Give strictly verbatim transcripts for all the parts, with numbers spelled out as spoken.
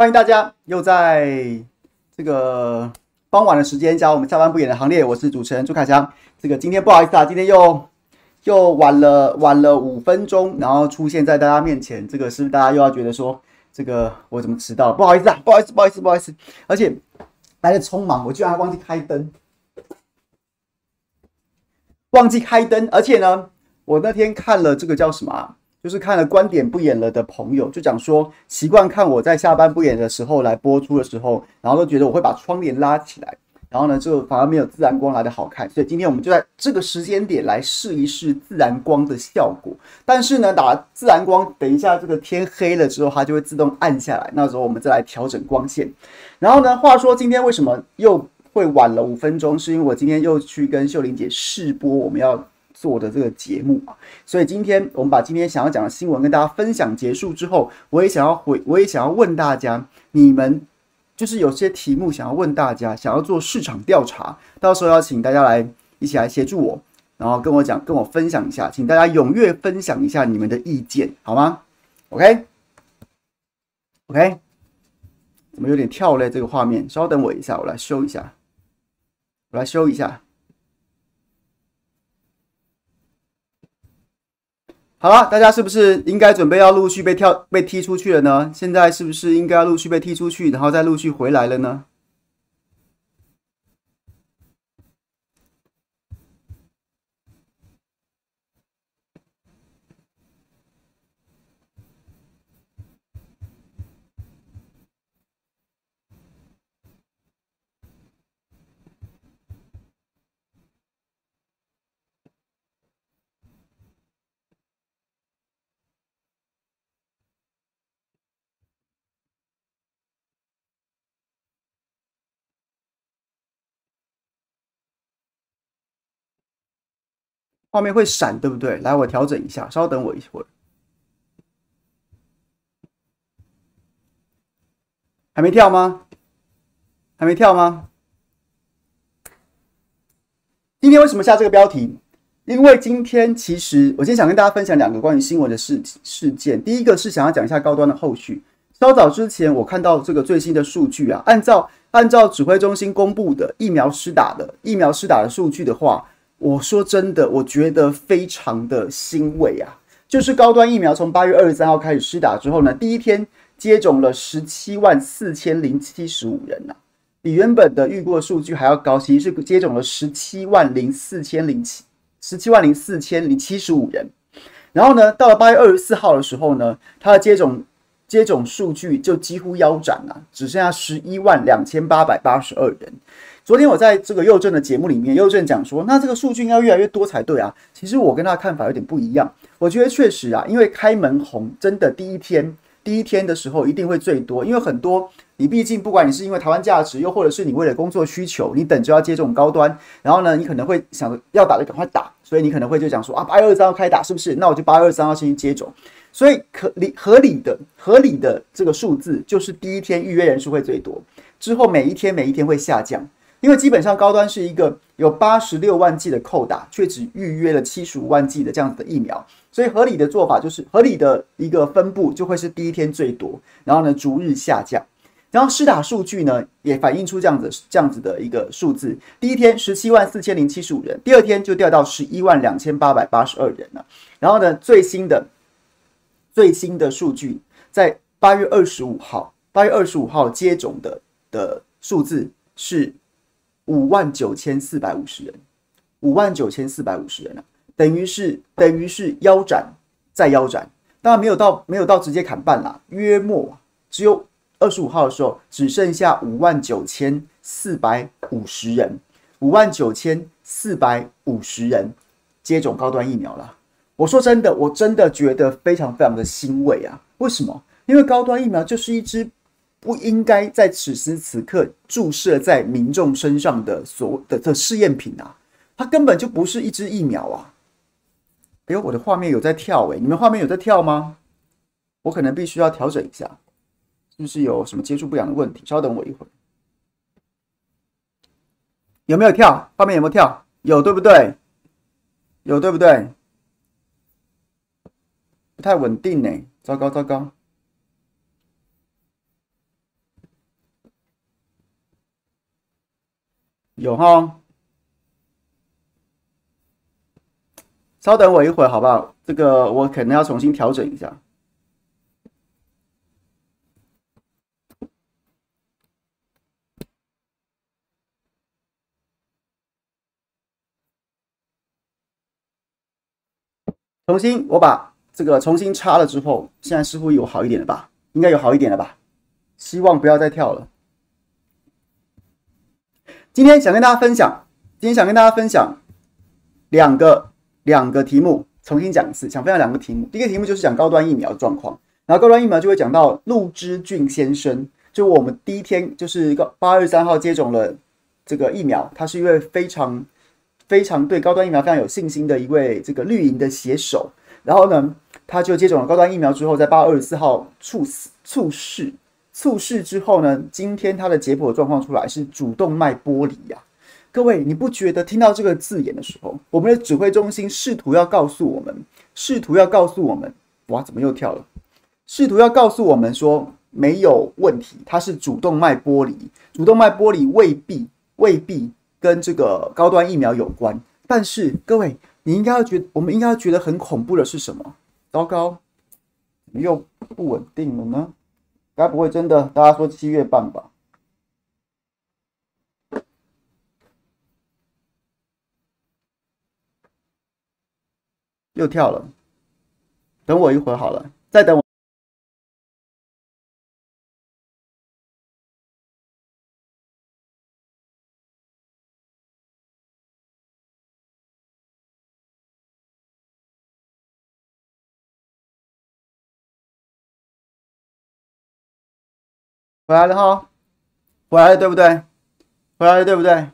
欢迎大家又在这个傍晚的时间加入我们下班不演的行列。我是主持人朱凯翔。这个今天不好意思啊，今天又又晚了晚了五分钟，然后出现在大家面前，这个是不是大家又要觉得说，这个我怎么迟到了？不好意思啊，不好意思，不好意思，不好意思。而且来的匆忙，我居然还忘记开灯，忘记开灯。而且呢，我那天看了这个叫什么啊？就是看了观点不演了的朋友，就讲说习惯看我在下班不演的时候来播出的时候，然后都觉得我会把窗帘拉起来，然后呢就反而没有自然光来的好看。所以今天我们就在这个时间点来试一试自然光的效果。但是呢，打自然光，等一下这个天黑了之后，它就会自动暗下来，那时候我们再来调整光线。然后呢，话说今天为什么又会晚了五分钟？是因为我今天又去跟秀玲姐试播我们要做的这个节目嘛，所以今天我们把今天想要讲的新闻跟大家分享结束之后，我也想要回，我也想要问大家，你们就是有些题目想要问大家，想要做市场调查，到时候要请大家来一起来协助我，然后跟我讲，跟我分享一下，请大家踊跃分享一下你们的意见，好吗 ？OK OK， 怎么有点跳嘞？这个画面，稍等我一下，我来修一下，我来修一下。好了，大家是不是应该准备要陆续被跳被踢出去了呢？现在是不是应该要陆续被踢出去，然后再陆续回来了呢？画面会闪，对不对？来，我调整一下，稍等我一会儿。还没跳吗？还没跳吗？今天为什么下这个标题？因为今天其实我今天想跟大家分享两个关于新闻的事事件。第一个是想要讲一下高端的后续。稍早之前我看到这个最新的数据啊，按照按照指挥中心公布的疫苗施打的疫苗施打的数据的话，我说真的，我觉得非常的欣慰啊。就是高端疫苗从八月二十三号开始施打之后呢，第一天接种了十七万四千零七十五人啊。比原本的预估的数据还要高，其实是接种了十七万零四千零七十七万零四千零七十五人。然后呢，到了八月二十四号的时候呢，它的接种接种数据就几乎腰斩了，只剩下十一万两千八百八十二人。昨天我在这个佑正的节目里面，佑正讲说，那这个数据应该越来越多才对啊。其实我跟他的看法有点不一样，我觉得确实啊，因为开门红真的第一天。第一天的时候一定会最多，因为很多你毕竟不管你是因为台湾价值，又或者是你为了工作需求，你等着要接这种高端，然后呢，你可能会想要打就赶快打，所以你可能会就讲说啊，八月二十三号开打是不是？那我就八月二十三号先去接种，所以可理合理的合理的这个数字就是第一天预约人数会最多，之后每一天每一天会下降。因为基本上高端是一个有八十六万剂的扣打，却只预约了七十五万剂的这样子的疫苗，所以合理的做法就是合理的一个分布就会是第一天最多，然后呢逐日下降，然后施打数据呢也反映出这样子这样子的一个数字，第一天十七万四千零七十五人，第二天就掉到十一万两千八百八十二人了，然后呢最新的最新的数据在八月二十五号，八月二十五号接种的的数字是五万九千四百五十人，五万九千四百五十人啊，等于是等于是腰斩再腰斩，当然没有到没有到直接砍半啦，约莫只有二十五号的时候只剩下五万九千四百五十人，五万九千四百五十人接种高端疫苗了。我说真的，我真的觉得非常非常的欣慰啊！为什么？因为高端疫苗就是一支不应该在此时此刻注射在民众身上的所的的试验品啊，它根本就不是一支疫苗啊！哎呦，我的画面有在跳哎、欸，你们画面有在跳吗？我可能必须要调整一下，是不是有什么接触不良的问题？稍等我一会儿。有没有跳？画面有没有跳？有对不对？有对不对？不太稳定呢、欸，糟糕糟糕。 有哈，稍等我一会儿好不好？这个我可能要重新调整一下。重新，我把这个重新插了之后，现在似乎有好一点了吧？应该有好一点了吧？希望不要再跳了。今天想跟大家分享，今天想跟大家分享两个两个题目，重新讲一次，想分享两个题目。第一个题目就是讲高端疫苗的状况，然后高端疫苗就会讲到陆之俊先生，就我们第一天就是八月三号接种了这个疫苗，他是一位非常非常对高端疫苗非常有信心的一位这个绿营的写手。然后呢，他就接种了高端疫苗之后，在八月二十四号猝死猝逝。猝逝之后呢，今天他的解剖状况出来是主动脉剥离呀、啊。各位，你不觉得听到这个字眼的时候，我们的指挥中心试图要告诉我们，试图要告诉我们，哇，怎么又跳了？试图要告诉我们说没有问题，它是主动脉剥离，主动脉剥离未必未必跟这个高端疫苗有关。但是各位，你应该要觉得，我们应该要觉得很恐怖的是什么？糟糕，怎么又不稳定了呢？该不会真的大家说七月半吧？又跳了，等我一会儿好了，再等我。回来了哈，回来了对不对？回来了对不对？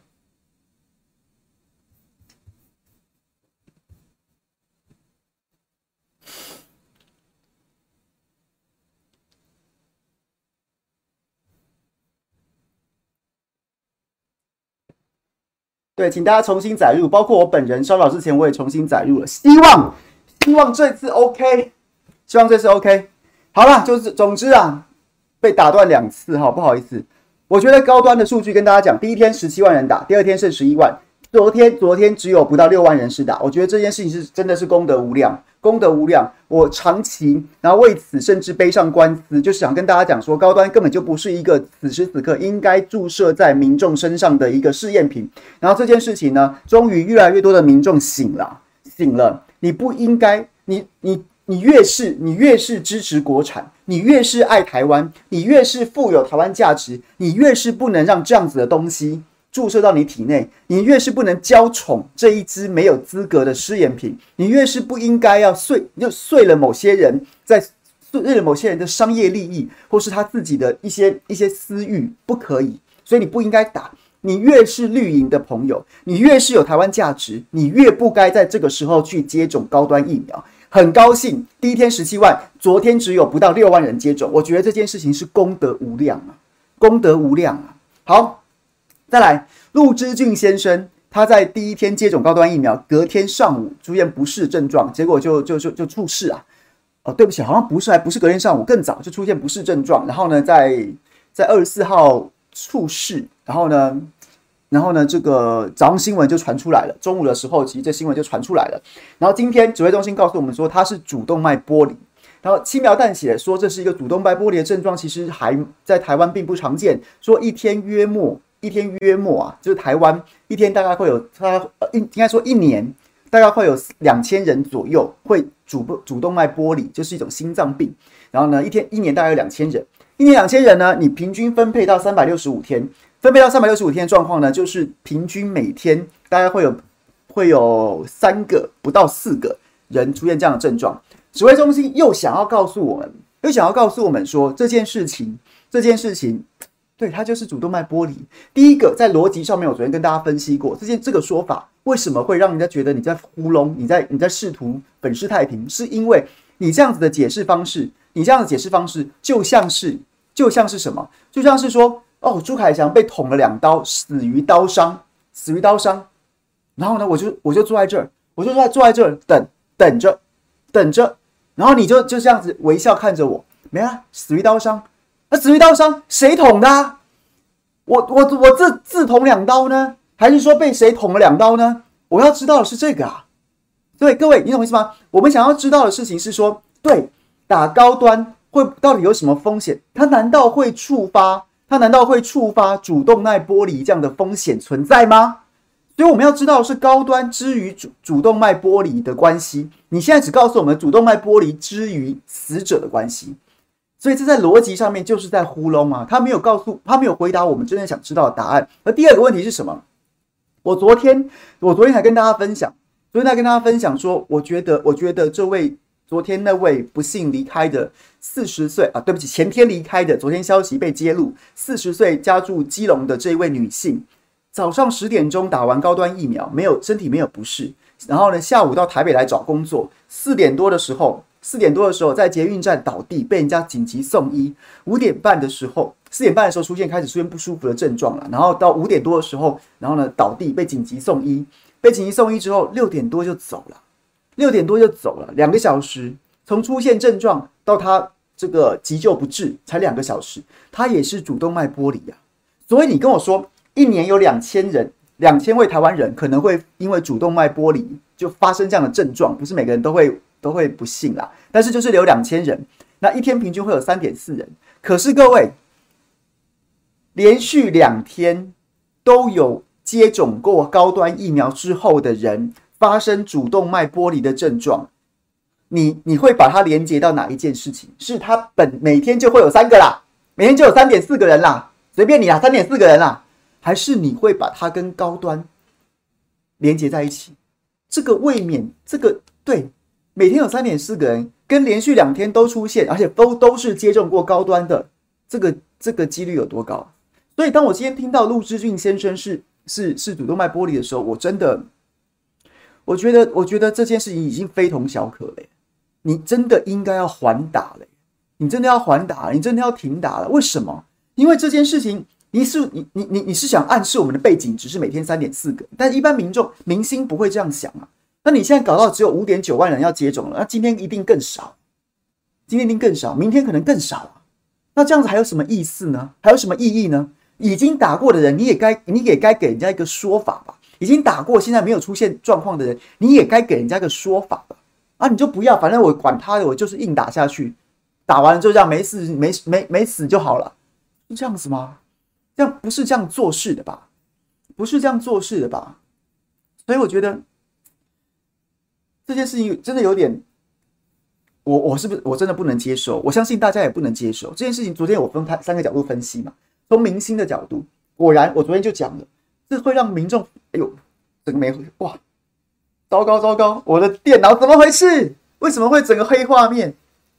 对，请大家重新载入，包括我本人稍早之前我也重新载入了，希望希望这次 OK， 希望这次 OK。好了，就是总之啊，被打断两次哈，不好意思。我觉得高端的数据跟大家讲，第一天十七万人打，第二天剩十一万，昨天昨天只有不到六万人施打，我觉得这件事情是真的是功德无量，功德无量。我长期然后为此甚至背上官司，就是想跟大家讲说，高端根本就不是一个此时此刻应该注射在民众身上的一个试验品。然后这件事情呢，终于越来越多的民众醒了，醒了，你不应该，你你。你越是你越是支持国产，你越是爱台湾，你越是富有台湾价值，你越是不能让这样子的东西注射到你体内，你越是不能娇宠这一支没有资格的试验品，你越是不应该要碎，就碎了某些人在碎了某些人的商业利益，或是他自己的一些一些私欲，不可以，所以你不应该打。你越是绿营的朋友，你越是有台湾价值，你越不该在这个时候去接种高端疫苗。很高兴，第一天十七万，昨天只有不到六万人接种，我觉得这件事情是功德无量啊，功德无量啊。好，再来，陆之俊先生，他在第一天接种高端疫苗，隔天上午出现不适症状，结果就就就就猝逝啊。哦，对不起，好像不是，还不是隔天上午，更早就出现不适症状，然后呢，在在二十四号猝逝，然后呢。然后呢，这个早上新闻就传出来了，中午的时候，其实这新闻就传出来了。然后今天指挥中心告诉我们说，它是主动脉剥离，然后轻描淡写说这是一个主动脉剥离的症状，其实还在台湾并不常见。说一天约莫一天约莫啊，就是台湾一天大概会有它呃应该说一年大概会有两千人左右会主主动脉剥离，就是一种心脏病。然后呢，一天一年大概有两千人，一年两千人呢，你平均分配到三百六十五天。分配到三百六十五天的状况呢，就是平均每天大概会有会有三个不到四个人出现这样的症状。指挥中心又想要告诉我们，又想要告诉我们说这件事情，这件事情，对，它就是主动脉剥离。第一个，在逻辑上面，我昨天跟大家分析过，这件这个说法为什么会让人家觉得你在糊弄，你在你在试图粉饰太平，是因为你这样子的解释方式，你这样的解释方式就像是就像是什么？就像是说。哦，朱凯翔被捅了两刀，死于刀伤，死于刀伤。然后呢，我就我就坐在这儿，我就坐在坐在这儿等等着等着，然后你就就这样子微笑看着我，没啦，死于刀伤。那死于刀伤谁捅的、啊？我我我自自捅两刀呢， 还是说被谁捅了两刀呢？我要知道的是这个啊。对，各位，你懂我意思吗？我们想要知道的事情是说，对，打高端会到底有什么风险？它难道会触发？它难道会触发主动脉剥离这样的风险存在吗？所以我们要知道的是高端之于主主动脉剥离的关系。你现在只告诉我们主动脉剥离之于死者的关系，所以这在逻辑上面就是在糊弄啊。他没有告诉，他没有回答我们真正想知道的答案。而第二个问题是什么？我昨天，我昨天还跟大家分享，昨天还跟大家分享说，我觉得，我觉得这位昨天那位不幸离开的四十岁啊，对不起，前天离开的，昨天消息被揭露，四十岁家住基隆的这一位女性。早上十点钟打完高端疫苗，没有身体没有不适，然后呢，下午到台北来找工作，四点多的时候，四点多的时候在捷运站倒地，被人家紧急送医。五点半的时候，四点半的时候出现开始出现不舒服的症状了，然后到五点多的时候，然后呢倒地被紧急送医，被紧急送医之后，六点多就走了，六点多就走了，两个小时，从出现症状到他这个急救不治才两个小时，他也是主动脉剥离啊，所以你跟我说。一年有两千人，两千位台湾人可能会因为主动脉剥离就发生这样的症状，不是每个人都会都会不幸啦，但是就是有两千人，那一天平均会有 三点四人。可是各位，连续两天都有接种过高端疫苗之后的人发生主动脉剥离的症状，你你会把它连接到哪一件事情？是他本每天就会有三个啦，每天就有 三点四个人啦，随便你啦 ，三点四个人啦。还是你会把它跟高端连接在一起？这个未免，这个对，每天有 三点四个人跟连续两天都出现，而且都都是接种过高端的，这个这个几率有多高？所以当我今天听到陆之俊先生是是是主动脉剥离的时候，我真的，我觉得我觉得这件事情已经非同小可了。你真的应该要还打了，你真的要还打了，你真的要停打了。为什么？因为这件事情。你是你你你你是想暗示我们的背景只是每天 三点四个，但一般民众民心不会这样想啊。那你现在搞到只有 五点九万人要接种了，那今天一定更少，今天一定更少，明天可能更少啊。那这样子还有什么意思呢？还有什么意义呢？已经打过的人，你也该你也该给人家一个说法吧。已经打过，现在没有出现状况的人，你也该给人家一个说法吧。啊，你就不要，反正我管他的，我就是硬打下去，打完了就这样没事没没没死就好了，是这样子吗？这样不是这样做事的吧？不是这样做事的吧？所以我觉得这件事情真的有点，我我是不是我真的不能接受？我相信大家也不能接受这件事情。昨天我分开三个角度分析嘛，从民心的角度，果然我昨天就讲了，这会让民众哎呦，整个没哇，糟糕糟糕，我的电脑怎么回事？为什么会整个黑画面？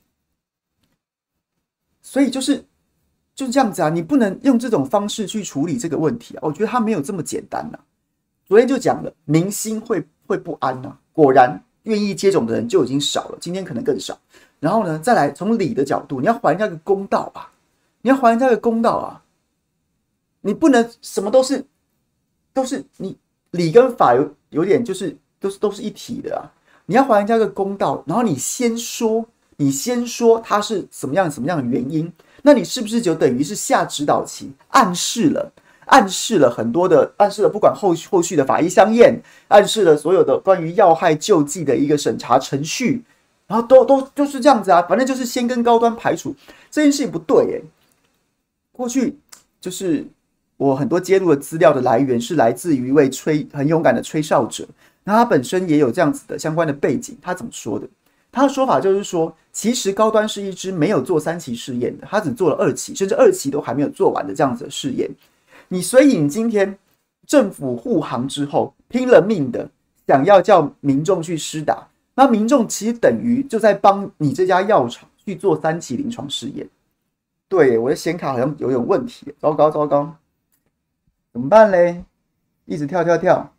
所以就是。就是这样子啊，你不能用这种方式去处理这个问题啊！我觉得它没有这么简单啊。昨天就讲了，民心会会不安啊。果然，愿意接种的人就已经少了，今天可能更少。然后呢，再来从理的角度，你要还人家个公道吧，你要还人家个公道啊！你不能什么都是都是你理跟法有有点就是都是都是一体的啊！你要还人家个公道，然后你先说，你先说他是什么样什么样的原因。那你是不是就等于是下指导棋，暗示了，暗示了很多的，暗示了不管后续后续的法医相验，暗示了所有的关于要害救济的一个审查程序，然后都都就是这样子啊，反正就是先跟高端排除这件事情不对耶。过去就是我很多揭露的资料的来源是来自于一位吹很勇敢的吹哨者，那他本身也有这样子的相关的背景，他怎么说的？他的说法就是说，其实高端是一支没有做三期试验的，他只做了二期，甚至二期都还没有做完的这样子的试验。你所以你今天政府护航之后，拼了命的想要叫民众去施打，那民众其实等于就在帮你这家药厂去做三期临床试验。对，我的显卡好像有点问题，糟糕糟糕，怎么办嘞？一直跳跳跳。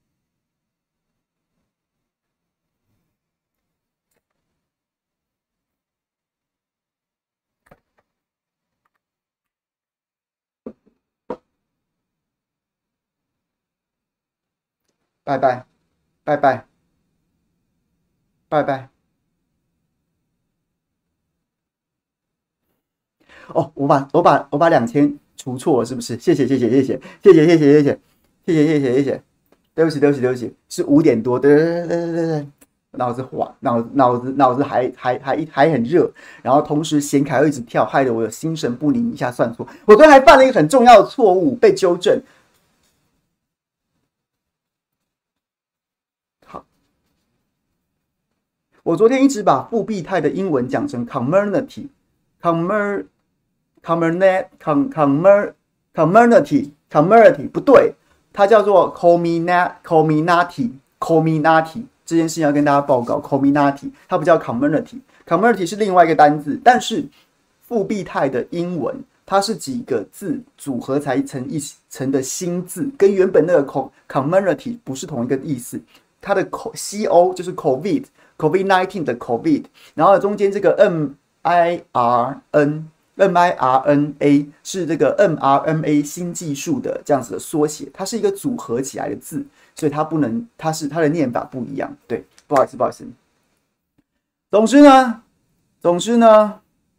拜拜，拜拜，拜拜。哦，我把我把我把两千除错了，是不是？谢谢谢谢谢谢谢谢谢谢谢谢。 谢谢谢谢谢谢，对不起对不起对不起，是五点多，对对对对对对，脑子晃，脑脑子脑子还还还还很热，然后同时显卡又一直跳，害得我有心神不宁，一下算错，我昨天还犯了一个很重要的错误，被纠正。好，我昨天一直把复必泰的英文讲成 community，commer community commer community community 不对，它叫做 community community。这件事情要跟大家报告 ，community 它不叫 community，community 是另外一个单字，但是复必泰的英文它是几个字组合才成一成的新字，跟原本那个 community 不是同一个意思。它的 co 就是 covid covid 十九 的 covid， 然后中间这个 m i r n m i r n a 是这个 m r n a 新技术的这样子的缩写，它是一个组合起来的字。所以它不能，它是它的念法不一样，对，不好意思，不好意思。总之呢，总之呢，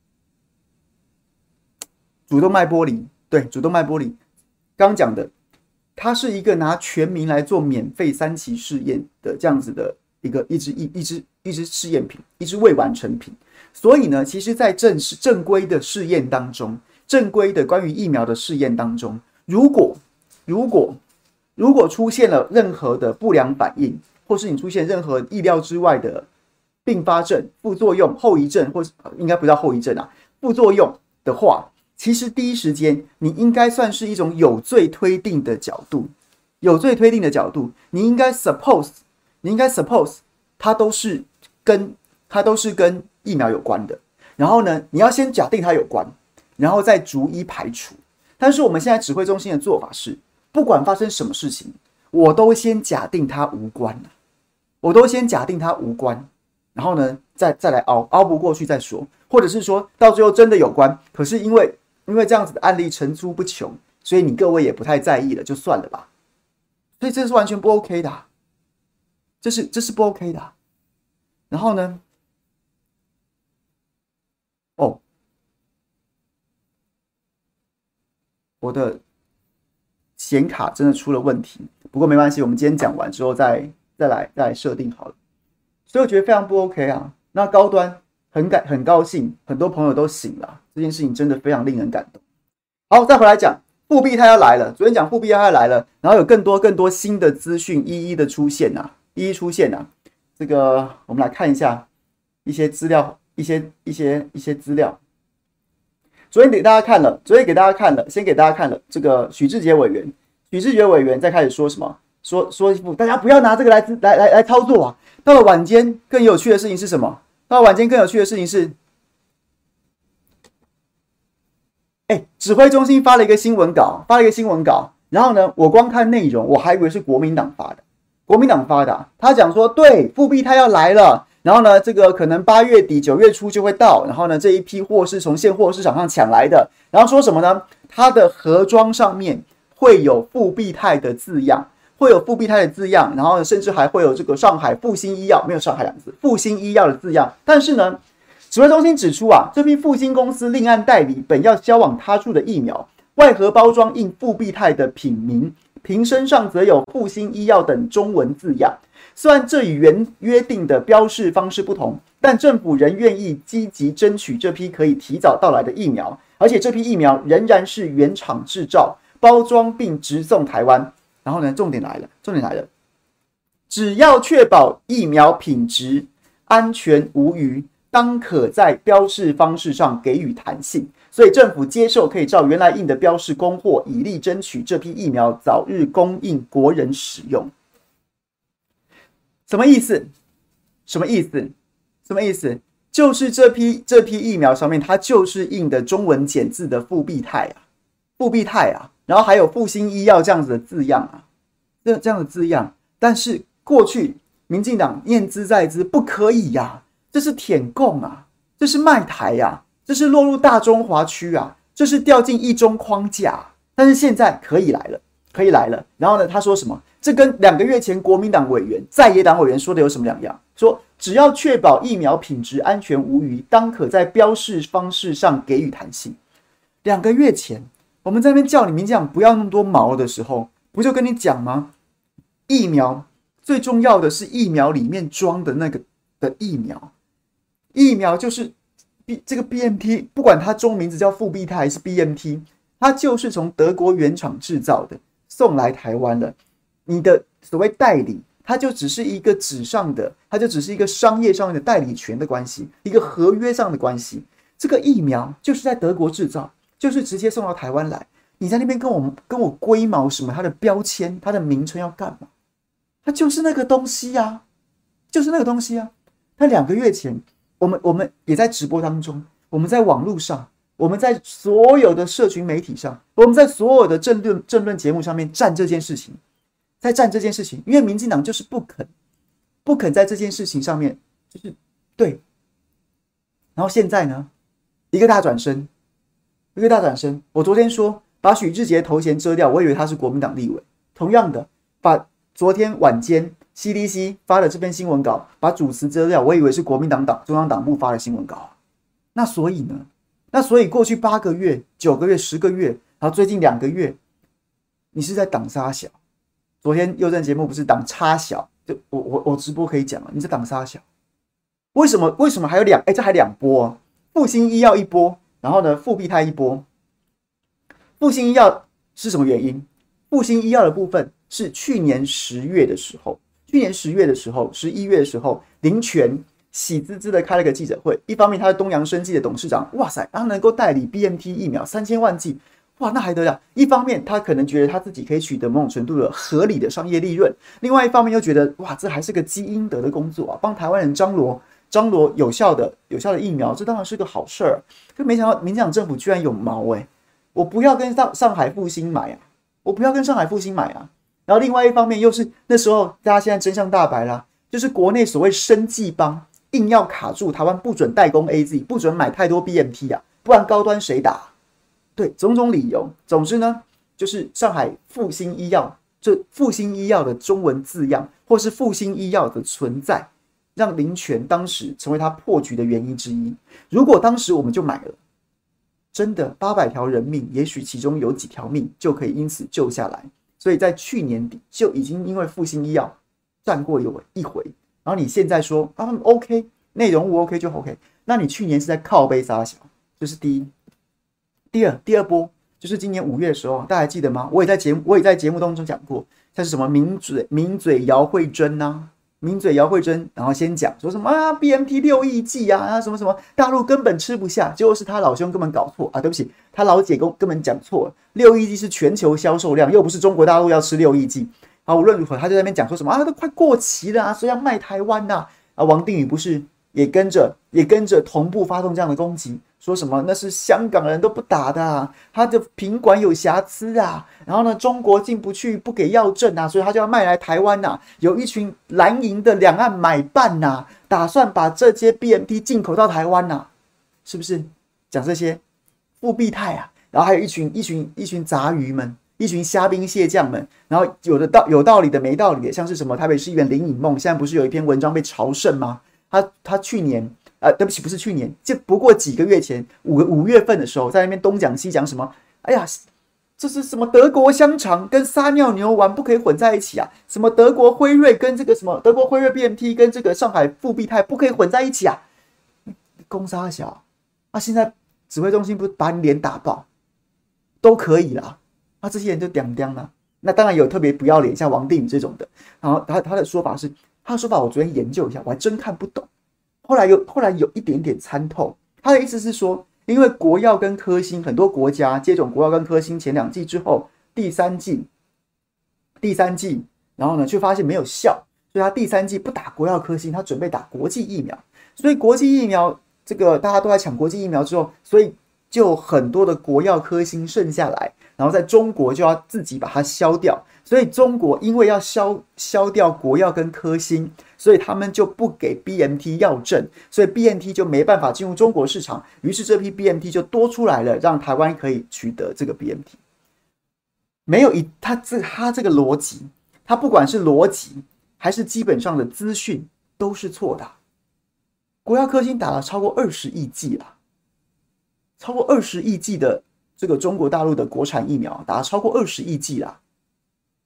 主动脉剥离，对，主动脉剥离，刚讲的，它是一个拿全民来做免费三期试验的这样子的一个一支一一支一支试验品，一支未完成品。所以呢，其实，在正式正规的试验当中，正规的关于疫苗的试验当中，如果如果如果出现了任何的不良反应，或是你出现任何意料之外的并发症、副作用、后遗症，或是应该不叫后遗症啊，副作用的话，其实第一时间你应该算是一种有罪推定的角度，有罪推定的角度，你应该 suppose， 你应该 suppose 它都是跟它都是跟疫苗有关的，然后呢，你要先假定它有关，然后再逐一排除。但是我们现在指挥中心的做法是，不管发生什么事情，我都先假定它无关，我都先假定它无关，然后呢，再再来熬，熬不过去再说，或者是说到最后真的有关，可是因为因为这样子的案例层出不穷，所以你各位也不太在意了，就算了吧。所以这是完全不 OK 的、啊，这是这是不 OK 的、啊。然后呢，哦，我的显卡真的出了问题，不过没关系，我们今天讲完之后再再来再来设定好了。所以我觉得非常不 OK 啊。那高端很感很高兴，很多朋友都醒了，这件事情真的非常令人感动。好，再回来讲复必泰要来了，昨天讲复必泰要来了，然后有更多更多新的资讯一一的出现啊，一一出现啊。这个我们来看一下一些资料，一些一些一些资料。昨天给大家看了，昨天给大家看了，先给大家看了这个许志杰委员，许志杰委员在开始说什么？说说大家不要拿这个来来来来操作啊！到了晚间，更有趣的事情是什么？到了晚间更有趣的事情是，哎，指挥中心发了一个新闻稿，发了一个新闻稿，然后呢，我光看内容，我还以为是国民党发的，国民党发的、啊，他讲说，对，复必泰要来了。然后呢，这个可能八月底九月初就会到。然后呢，这一批货是从现货市场上抢来的。然后说什么呢？它的盒装上面会有复必泰的字样，会有复必泰的字样。然后呢，甚至还会有这个上海复兴医药，没有上海两个字，复兴医药的字样。但是呢，指挥中心指出啊，这批复兴公司另案代理本要销往他处的疫苗，外盒包装印复必泰的品名，瓶身上则有复兴医药等中文字样。虽然这与原约定的标示方式不同，但政府仍愿意积极争取这批可以提早到来的疫苗，而且这批疫苗仍然是原厂制造、包装并直送台湾。然后呢，重点来了，重点来了，只要确保疫苗品质安全无虞，当可在标示方式上给予弹性。所以政府接受可以照原来印的标示供货，以力争取这批疫苗早日供应国人使用。什么意思？什么意思？什么意思？就是这批这批疫苗上面，它就是印的中文简字的复必泰啊，复必泰啊，然后还有复兴医药这样子的字样啊，这这样的字样。但是过去民进党念兹在兹，不可以呀、啊，这是舔共啊，这是卖台呀、啊，这是落入大中华区啊，这是掉进一中框架、啊。但是现在可以来了，可以来了。然后呢，他说什么？这跟两个月前国民党委员、在野党委员说的有什么两样？说只要确保疫苗品质安全无虞，当可在标示方式上给予弹性。两个月前，我们在那边叫你民进党不要那么多毛的时候， 不就跟你讲吗？疫苗最重要的是疫苗里面装的那个的疫苗，疫苗就是 B, 这个 B N T， 不管它中名字叫复必泰还是 B N T， 它就是从德国原厂制造的，送来台湾了。你的所谓代理，它就只是一个纸上的，它就只是一个商业上面的代理权的关系，一个合约上的关系。这个疫苗就是在德国制造，就是直接送到台湾来。你在那边跟我跟我龟毛什么？它的标签、它的名称要干嘛？它就是那个东西啊，就是那个东西啊。它两个月前，我们我们也在直播当中，我们在网络上，我们在所有的社群媒体上，我们在所有的政论政论节目上面站这件事情，在站这件事情，因为民进党就是不肯，不肯在这件事情上面，就是对。然后现在呢，一个大转身，一个大转身。我昨天说把许志杰头衔遮掉，我以为他是国民党立委。同样的，把昨天晚间 C D C 发的这篇新闻稿，把主词遮掉，我以为是国民党党中央党部发的新闻稿。那所以呢？那所以过去八个月、九个月、十个月，然后最近两个月，你是在挡杀小。昨天佑正节目不是挡插小，就我我我直播可以讲了，你在挡杀小。为什么？为什么还有两？哎，这还两波啊！复兴医药一波，然后呢，复必泰一波。复兴医药是什么原因？复兴医药的部分是去年十月的时候，去年十月的时候，十一月的时候，林全喜滋滋的开了个记者会。一方面，他是东洋生技的董事长，哇塞，他能够代理 B N T 疫苗三千万剂，哇，那还得了？一方面，他可能觉得他自己可以取得某种程度的合理的商业利润；另外一方面，又觉得哇，这还是个积阴德的工作啊，帮台湾人张罗。张罗有效的有效的疫苗，这当然是个好事儿。可没想到民进党政府居然有毛哎、欸！我不要跟上上海复兴买啊，我不要跟上海复兴买啊。然后另外一方面又是那时候大家现在真相大白啦，就是国内所谓生技帮硬要卡住台湾，不准代工 A Z， 不准买太多 B M T 啊，不然高端谁打？对，种种理由。总之呢，就是上海复兴医药，这复兴医药的中文字样，或是复兴医药的存在。让林全当时成为他破局的原因之一。如果当时我们就买了，真的八百条人命，也许其中有几条命就可以因此救下来。所以在去年底就已经因为复兴医药战过有一回，然后你现在说啊他们 OK， 内容物 OK 就 OK， 那你去年是在靠背撒小，这是第一。第二，第二波就是今年五月的时候，大家还记得吗？我也在节目我也在节目当中讲过，像是什么名嘴名嘴姚慧珍啊。名嘴姚慧珍，然后先讲说什么啊 B M T 六亿剂啊，啊什么什么，大陆根本吃不下，结果是他老兄根本搞错啊，对不起，他老姐根本讲错了，六亿剂是全球销售量，又不是中国大陆要吃六亿剂。好，无论如何，他就在那边讲说什么啊，都快过期了啊，所以要卖台湾呐、啊。啊，王定宇不是也跟着也跟着同步发动这样的攻击，说什么那是香港人都不打的、啊，他的品管有瑕疵啊，然后呢中国进不去不给药证啊，所以他就要卖来台湾呐、啊。有一群蓝营的两岸买办呐、啊，打算把这些 B M T 进口到台湾呐、啊，是不是？讲这些复必泰啊，然后还有一群一群一群杂鱼们。一群虾兵蟹将们，然后有的道有道理的没道理的，像是什么台北市议员林颖梦，现在不是有一篇文章被朝圣吗？他他去年呃，对不起，不是去年，就不过几个月前，五五月份的时候，在那边东讲西讲什么？哎呀，这是什么德国香肠跟撒尿牛丸不可以混在一起啊？什么德国辉瑞跟这个什么德国辉瑞 B M T 跟这个上海复必泰不可以混在一起啊？公杀小啊！现在指挥中心不是把你脸打爆，都可以啦。那、啊、这些人就屌屌啦，那当然有特别不要脸，像王定宇这种的。然后他他的说法是，他的说法我昨天研究一下，我还真看不懂。后来有后来有一点点参透，他的意思是说，因为国药跟科兴很多国家接种国药跟科兴前两剂之后，第三剂第三剂，然后呢却发现没有效，所以他第三剂不打国药科兴，他准备打国际疫苗。所以国际疫苗这个大家都在抢国际疫苗之后，所以就很多的国药科兴剩下来。然后在中国就要自己把它消掉，所以中国因为要消消掉国药跟科兴，所以他们就不给 B M T 药证，所以 B M T 就没办法进入中国市场，于是这批 B M T 就多出来了，让台湾可以取得这个 B M T。没有一他这他这个逻辑，他不管是逻辑还是基本上的资讯都是错的。国药科兴打了超过二十亿剂了，超过二十亿剂的。这个中国大陆的国产疫苗打了超过二十亿剂啦，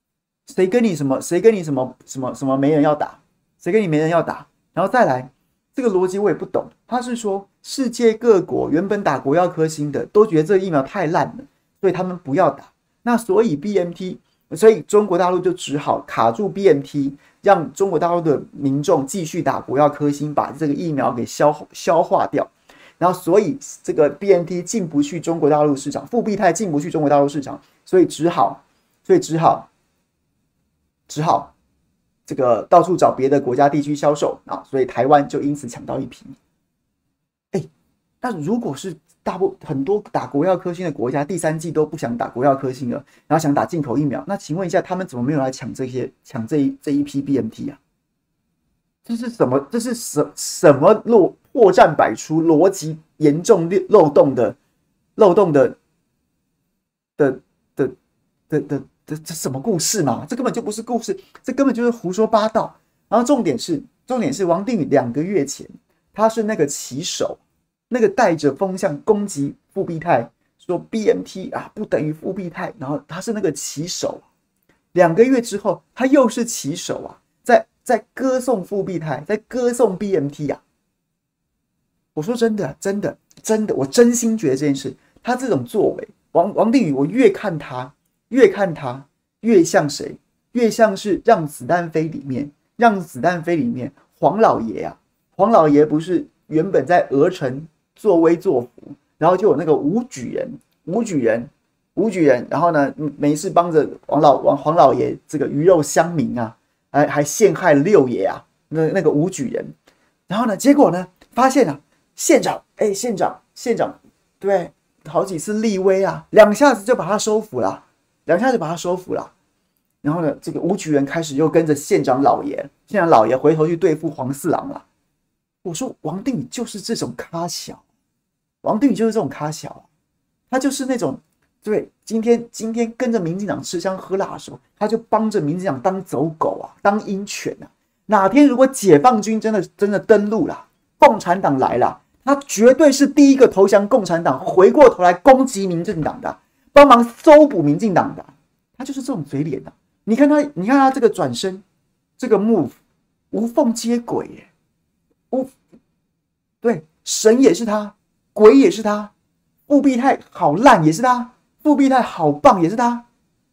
谁跟你什么？谁跟你什么什么什么没人要打？谁跟你没人要打？然后再来，这个逻辑我也不懂。他是说，世界各国原本打国药科兴的都觉得这个疫苗太烂了，所以他们不要打。那所以 B N T， 所以中国大陆就只好卡住 B N T， 让中国大陆的民众继续打国药科兴，把这个疫苗给消消化掉。然后，所以这个 B N T 进不去中国大陆市场，复必泰进不去中国大陆市场，所以只好，所以只好。只好这个到处找别的国家地区销售啊，所以台湾就因此抢到一批。哎，那如果是大部很多打国药科兴的国家，第三季都不想打国药科兴了，然后想打进口疫苗，那请问一下，他们怎么没有来抢这些抢这一这一批 B N T 啊？这是什么？这是什什么漏破绽百出、逻辑严重漏洞的漏洞的的的的的？这这什么故事嘛？这根本就不是故事，这根本就是胡说八道。然后重点是，重点是王定宇两个月前，他是那个旗手，那个带着风向攻击复必泰，说 B N T 啊不等于复必泰，然后他是那个旗手。两个月之后，他又是旗手啊，在在歌颂复必泰，在歌颂 B N T 啊。我说真的，真的，真的，我真心觉得这件事，他这种作为，王王定宇，我越看他。越看他越像谁？越像是让子弹飞里面，让子弹飞里面黄老爷啊！黄老爷不是原本在鹅城作威作福，然后就有那个武举人，武举人，武举人，然后呢没事帮着王老王黄老爷这个鱼肉乡民啊，还还陷害了六爷啊，那那个武举人，然后呢，结果呢发现啊，县长，哎，县长，县长，对，好几次立威啊，两下子就把他收服了。两下就把他收服了，然后呢，这个武举人开始又跟着县长老爷，县长老爷回头去对付黄四郎了。我说王定宇就是这种咖小，王定宇就是这种咖小，他就是那种对今天今天跟着民进党吃香喝辣的时候，他就帮着民进党当走狗啊，当鹰犬啊。哪天如果解放军真的真的登陆了，共产党来了，他绝对是第一个投降共产党，回过头来攻击民进党的。帮忙搜捕民进党的，他就是这种嘴脸的、啊。你看他，你看他这个转身，这个 move 无缝接轨耶，无对神也是他，鬼也是他，复必泰好烂也是他，复必泰好棒也是他，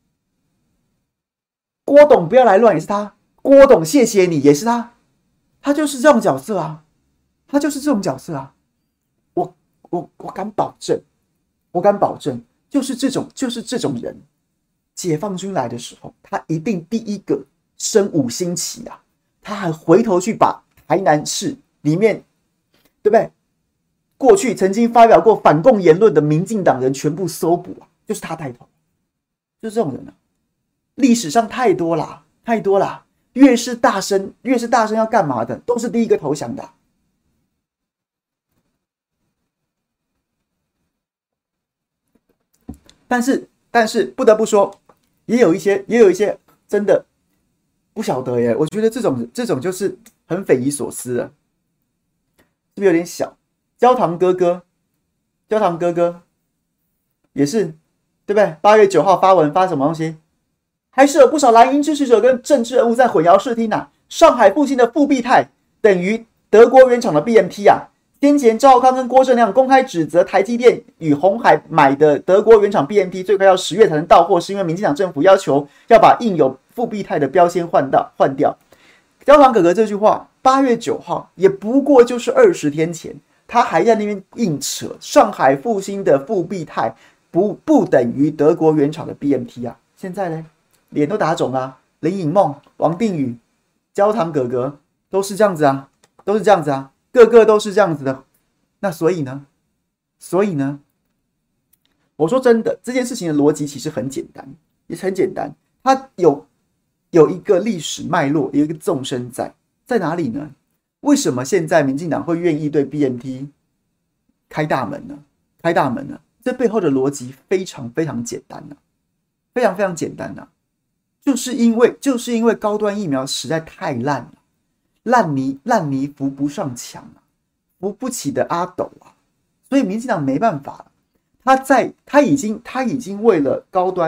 郭董不要来乱也是他，郭董谢谢你也是他，他就是这种角色啊，他就是这种角色啊，我我我敢保证，我敢保证。就是这种，就是这种人，解放军来的时候，他一定第一个升五星旗啊！他还回头去把台南市里面，对不对？过去曾经发表过反共言论的民进党人全部搜捕啊，就是他带头，就是这种人啊！历史上太多啦，太多啦！越是大声，越是大声要干嘛的，都是第一个投降的、啊。但是，但是不得不说，也有一些，也有一些真的不晓得耶。我觉得这种这种就是很匪夷所思的，是不是有点小？焦糖哥哥，焦糖哥哥也是，对不对？八月九号发文发什么东西？还是有不少蓝营支持者跟政治人物在混淆视听啊。上海复兴的复必泰等于德国原厂的 B N T 啊。先前赵少康跟郭正亮公开指责台积电与鸿海买的德国原厂 B N T 最快要十月才能到货，是因为民进党政府要求要把印有复必泰的标签换到换掉。焦糖哥哥这句话，八月九号也不过就是二十天前，他还在那边硬扯上海复兴的复必泰不不等于德国原厂的 B N T 啊。现在呢，脸都打肿了，林颖梦、王定宇、焦糖哥哥都是这样子啊，都是这样子啊。个个都是这样子的，那所以呢？所以呢？我说真的，这件事情的逻辑其实很简单，也很简单。它有有一个历史脉络，有一个纵深在，在哪里呢？为什么现在民进党会愿意对 B N T 开大门呢？开大门呢？这背后的逻辑非常非常简单呐、啊，非常非常简单呐、啊，就是因为就是因为高端疫苗实在太烂了。烂泥烂泥扶不上墙啊，扶不起的阿斗啊，所以民进党没办法了。他在他已经他已经为了高端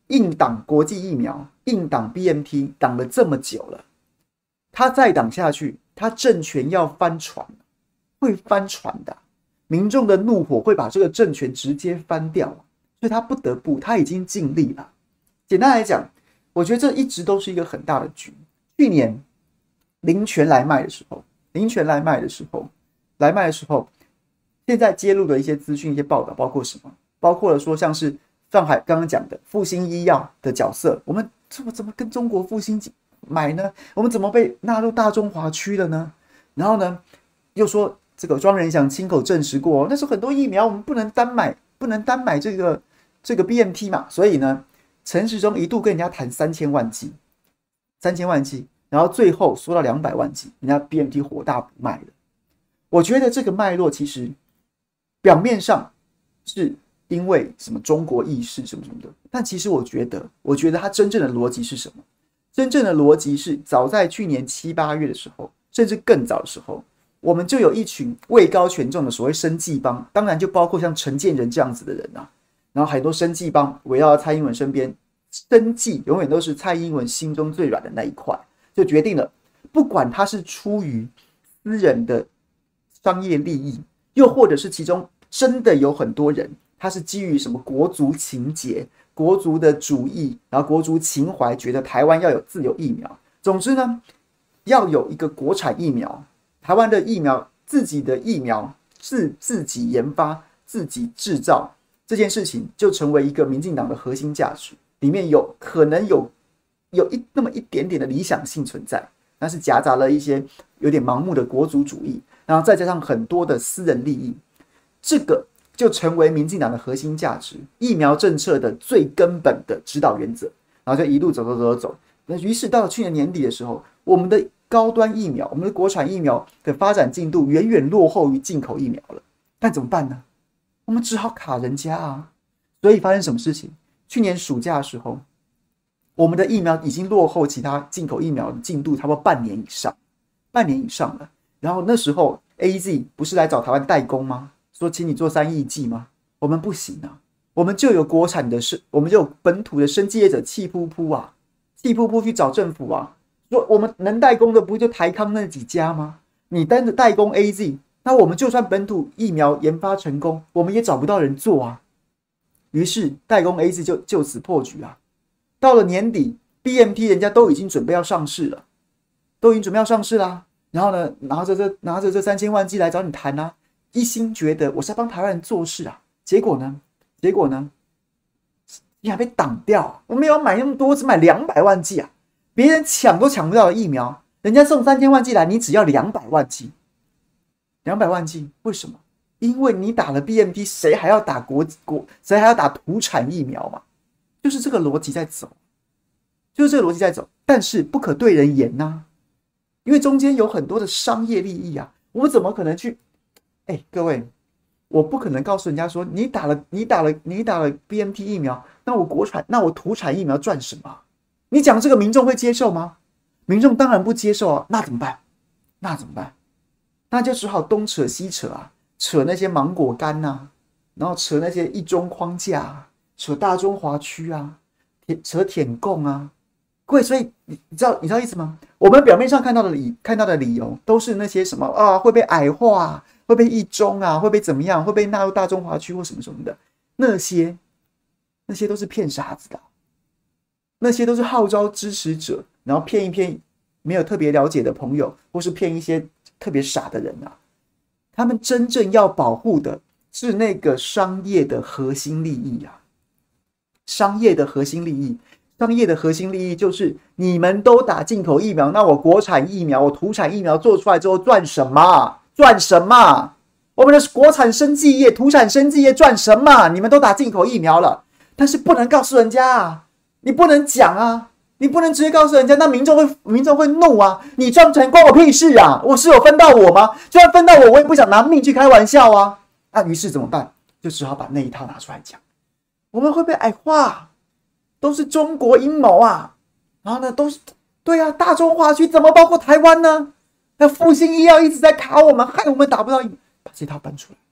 硬挡国际疫苗，硬挡 B N T 挡了这么久了，他再挡下去，他政权要翻船，会翻船的。民众的怒火会把这个政权直接翻掉，所以他不得不，他已经尽力了。简单来讲，我觉得这一直都是一个很大的局。去年林权来卖的时候，林权来卖的时候，来卖的时候，现在揭露的一些资讯、一些报道，包括什么？包括了说像是上海刚刚讲的复兴医药的角色，我们怎么怎么跟中国复兴买呢？我们怎么被纳入大中华区了呢？然后呢，又说这个庄人祥亲口证实过，那时候很多疫苗我们不能单买，不能单买这个这个 B N T 嘛，所以呢，陈时中一度跟人家谈三千万剂，三千万剂，然后最后说到两百万剂，人家 B N T 火大不卖了。我觉得这个脉络其实表面上是因为什么中国意识什么什么的，但其实我觉得，我觉得它真正的逻辑是什么？真正的逻辑是，早在去年七八月的时候，甚至更早的时候，我们就有一群位高权重的所谓生技帮，当然就包括像陈建仁这样子的人啊，然后很多生技帮围绕蔡英文身边，生技永远都是蔡英文心中最软的那一块，就决定了，不管他是出于私人的商业利益，又或者是其中真的有很多人，他是基于什么国族情结、国族的主义，然后国族情怀，觉得台湾要有自有疫苗。总之呢，要有一个国产疫苗，台湾的疫苗，自己的疫苗自自己研发、自己制造，这件事情就成为一个民进党的核心价值，里面有可能有有一那么一点点的理想性存在，但是夹杂了一些有点盲目的国族主义，然后再加上很多的私人利益，这个就成为民进党的核心价值，疫苗政策的最根本的指导原则，然后就一路走走走走。那于是到了去年年底的时候，我们的高端疫苗，我们的国产疫苗的发展进度远远落后于进口疫苗了。但怎么办呢？我们只好卡人家啊。所以发生什么事情？去年暑假的时候，我们的疫苗已经落后其他进口疫苗的进度差不多半年以上，半年以上了。然后那时候 A Z 不是来找台湾代工吗？说请你做三亿剂吗？我们不行啊，我们就有国产的，我们就有本土的生技业者气噗噗啊，气噗噗去找政府啊，说我们能代工的不就台康那几家吗？你单的代工 A Z， 那我们就算本土疫苗研发成功，我们也找不到人做啊。于是代工 A Z 就就此破局啊。到了年底 ，B M T 人家都已经准备要上市了，都已经准备要上市啦。然后呢，拿着这拿着这三千万剂来找你谈啊。一心觉得我是要帮台湾人做事啊，结果呢？结果呢？你还被挡掉、啊！我没有买那么多，只买两百万剂啊！别人抢都抢不到的疫苗，人家送三千万剂来，你只要两百万剂，两百万剂，为什么？因为你打了 B M T， 谁还要打国国？谁还要打土产疫苗嘛？就是这个逻辑在走，就是这个逻辑在走，但是不可对人言呐、啊，因为中间有很多的商业利益啊，我们怎么可能去？哎，各位，我不可能告诉人家说，你打了，你打了，你打了 B M T 疫苗，那我国产，那我土产疫苗赚什么？你讲这个民众会接受吗？民众当然不接受啊，那怎么办？那怎么办？那就只好东扯西扯啊，扯那些芒果干啊，然后扯那些一中框架啊，扯大中华区啊，扯舔共啊，各位，所以你知道你知道意思吗？我们表面上看到的理看到的理由都是那些什么啊，会被矮化、啊。会被一中啊，会被怎么样？会被纳入大中华区或什么什么的，那些那些都是骗傻子的，那些都是号召支持者，然后骗一骗没有特别了解的朋友，或是骗一些特别傻的人啊。他们真正要保护的是那个商业的核心利益啊，商业的核心利益，商业的核心利益就是你们都打进口疫苗，那我国产疫苗，我土产疫苗做出来之后赚什么？赚什么？我们的国产生技业、土产生技业赚什么？你们都打进口疫苗了，但是不能告诉人家啊，你不能讲啊，你不能直接告诉人家，那民众会民众会怒啊！你赚钱关我屁事啊！我是有分到我吗？就算分到我，我也不想拿命去开玩笑啊！啊，于是怎么办？就只好把那一套拿出来讲。我们会被矮化，都是中国阴谋啊！然后呢，都是对啊，大中华区怎么包括台湾呢？那复兴医药一直在卡我们，害我们打不到疫苗，把这套搬出来，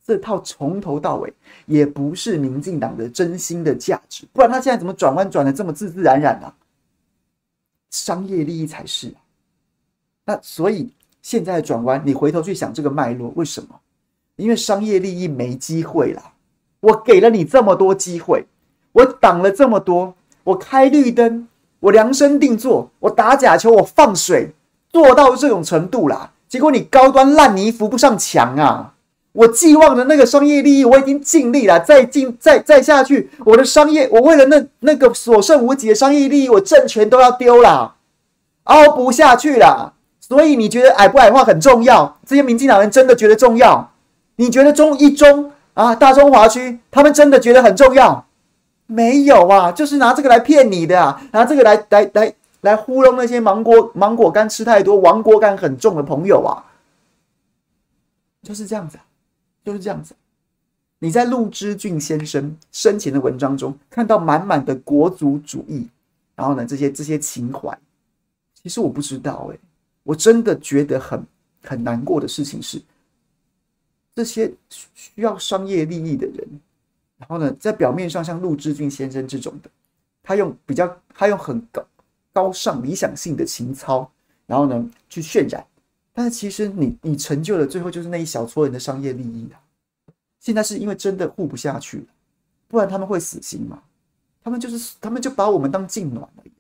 这套从头到尾也不是民进党的真心的价值，不然他现在怎么转弯转的这么自自然然啊？商业利益才是啊。那所以现在的转弯，你回头去想这个脉络，为什么？因为商业利益没机会啦。我给了你这么多机会，我挡了这么多，我开绿灯，我量身定做，我打假球，我放水，做到这种程度啦。结果你高端烂泥扶不上墙啊！我寄望的那个商业利益，我已经尽力了，再进再再下去，我的商业，我为了那那个所剩无几的商业利益，我政权都要丢啦，凹不下去啦。所以你觉得矮不矮化很重要？这些民进党人真的觉得重要？你觉得中一中啊，大中华区，他们真的觉得很重要？没有啊，就是拿这个来骗你的啊，拿这个来来来来糊弄那些芒果芒果干吃太多、亡国感很重的朋友啊，就是这样子啊。就是这样子，你在陆之俊先生生前的文章中看到满满的国族主义，然后呢，这些这些情怀，其实我不知道哎、欸，我真的觉得很很难过的事情是，这些需要商业利益的人，然后呢，在表面上像陆之俊先生这种的，他用比较他用很高高尚理想性的情操，然后呢去渲染。但是其实你你成就的最后就是那一小撮人的商业利益啊！现在是因为真的护不下去了，不然他们会死心吗？他们就是他们就把我们当痉挛而已。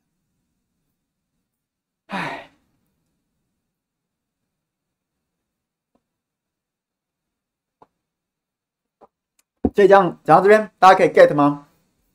唉，所以这样讲到这边，大家可以 get 吗？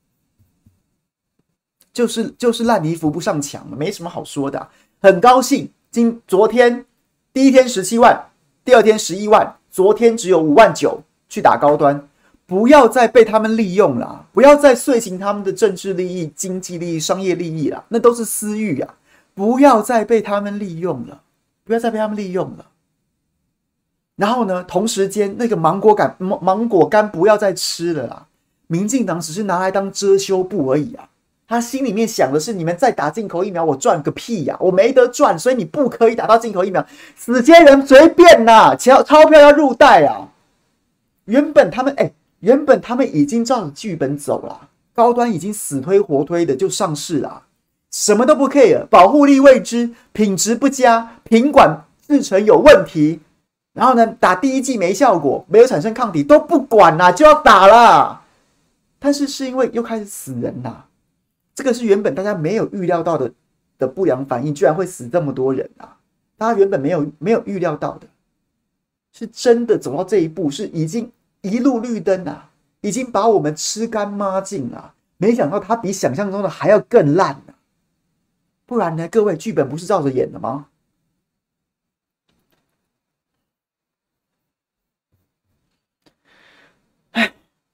就是就是烂泥扶不上墙，没什么好说的、啊。很高兴，今昨天。第一天十七万，第二天十一万，昨天只有五万九去打高端，不要再被他们利用了，不要再遂行他们的政治利益、经济利益、商业利益了，那都是私欲啊！不要再被他们利用了，不要再被他们利用了。然后呢，同时间那个芒果干、芒果干不要再吃了啦，民进党只是拿来当遮羞布而已啊。他心里面想的是，你们再打进口疫苗，我赚个屁呀、啊！我没得赚，所以你不可以打到进口疫苗。死些人随便啦，钞钞票要入袋啊！原本他们哎、欸，原本他们已经照着剧本走了，高端已经死推活推的就上市了，什么都不 care， 保护力未知，品质不佳，品管制程有问题，然后呢，打第一剂没效果，没有产生抗体都不管啦，就要打啦。但是是因为又开始死人啦。这个是原本大家没有预料到的的不良反应，居然会死这么多人啊！大家原本没有没有预料到的，是真的走到这一步，是已经一路绿灯啊，已经把我们吃干抹净啊！没想到它比想象中的还要更烂啊！不然呢，各位剧本不是照着演的吗？唉，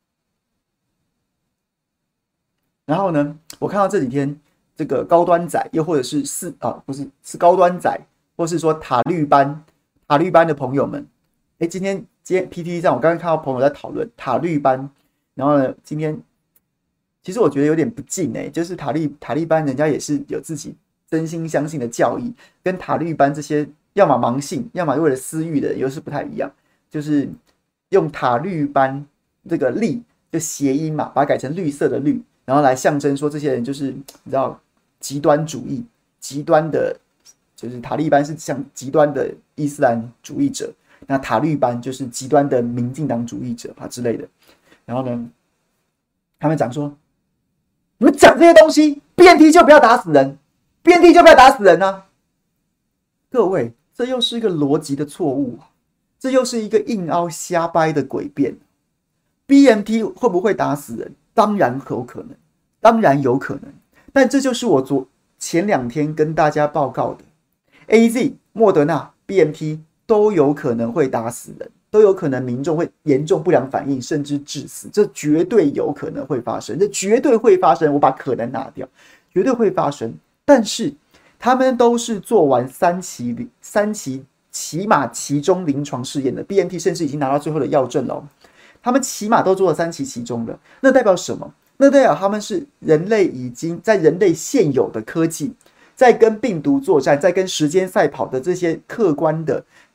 然后呢？我看到这几天这个高端仔，又或者是四啊，不是是高端仔，或是说塔绿班、塔绿班的朋友们，哎，今天今天 P T T 上，我刚刚看到朋友在讨论塔绿班，然后呢，今天其实我觉得有点不敬哎、欸，就是塔绿塔绿班人家也是有自己真心相信的教义，跟塔绿班这些要么盲信，要么为了私欲的又是不太一样，就是用塔绿班这个绿就谐音嘛，把它改成绿色的绿。然后来象征说这些人就是你知道极端主义、极端的，就是塔利班是像极端的伊斯兰主义者，那塔利班就是极端的民进党主义者啊之类的。然后呢，他们讲说，你们讲这些东西 ，B N T 就不要打死人 ，B N T 就不要打死人啊！各位，这又是一个逻辑的错误啊，这又是一个硬凹瞎掰的诡辩。B N T 会不会打死人？当然有可能，当然有可能，但这就是我昨前两天跟大家报告的 ，A Z、莫德纳、B N T 都有可能会打死人，都有可能民众会严重不良反应，甚至致死，这绝对有可能会发生，这绝对会发生。我把可能拿掉，绝对会发生。但是他们都是做完三期三期起码其中临床试验的 ，B N T 甚至已经拿到最后的药证了。他们起码都做了三期其中了，那代表什么？那代表他们是人类已经在人类现有的科技，在跟病毒作战，在跟时间赛跑的这些客观的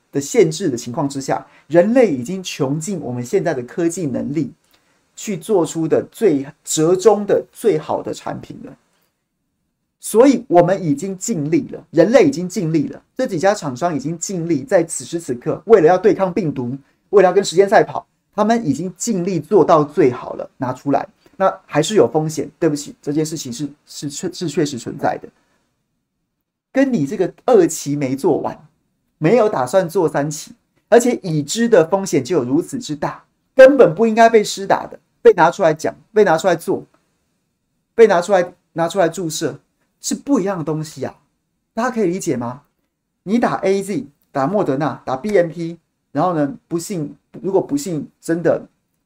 的限制的情况之下，人类已经穷尽我们现在的科技能力去做出的最折中的最好的产品了。所以我们已经尽力了，人类已经尽力了，这几家厂商已经尽力，在此时此刻，为了要对抗病毒，为了要跟时间赛跑，他们已经尽力做到最好了，拿出来。那还是有风险，对不起，这件事情是是是确实存在的。跟你这个二期没做完，没有打算做三期，而且已知的风险就有如此之大，根本不应该被施打的，被拿出来讲，被拿出来做，被拿出来拿出来注射。是不一样的东西啊，大家可以理解吗？你打 A Z， 打莫德纳，打 B N T， 然后呢，不幸如果不幸真的，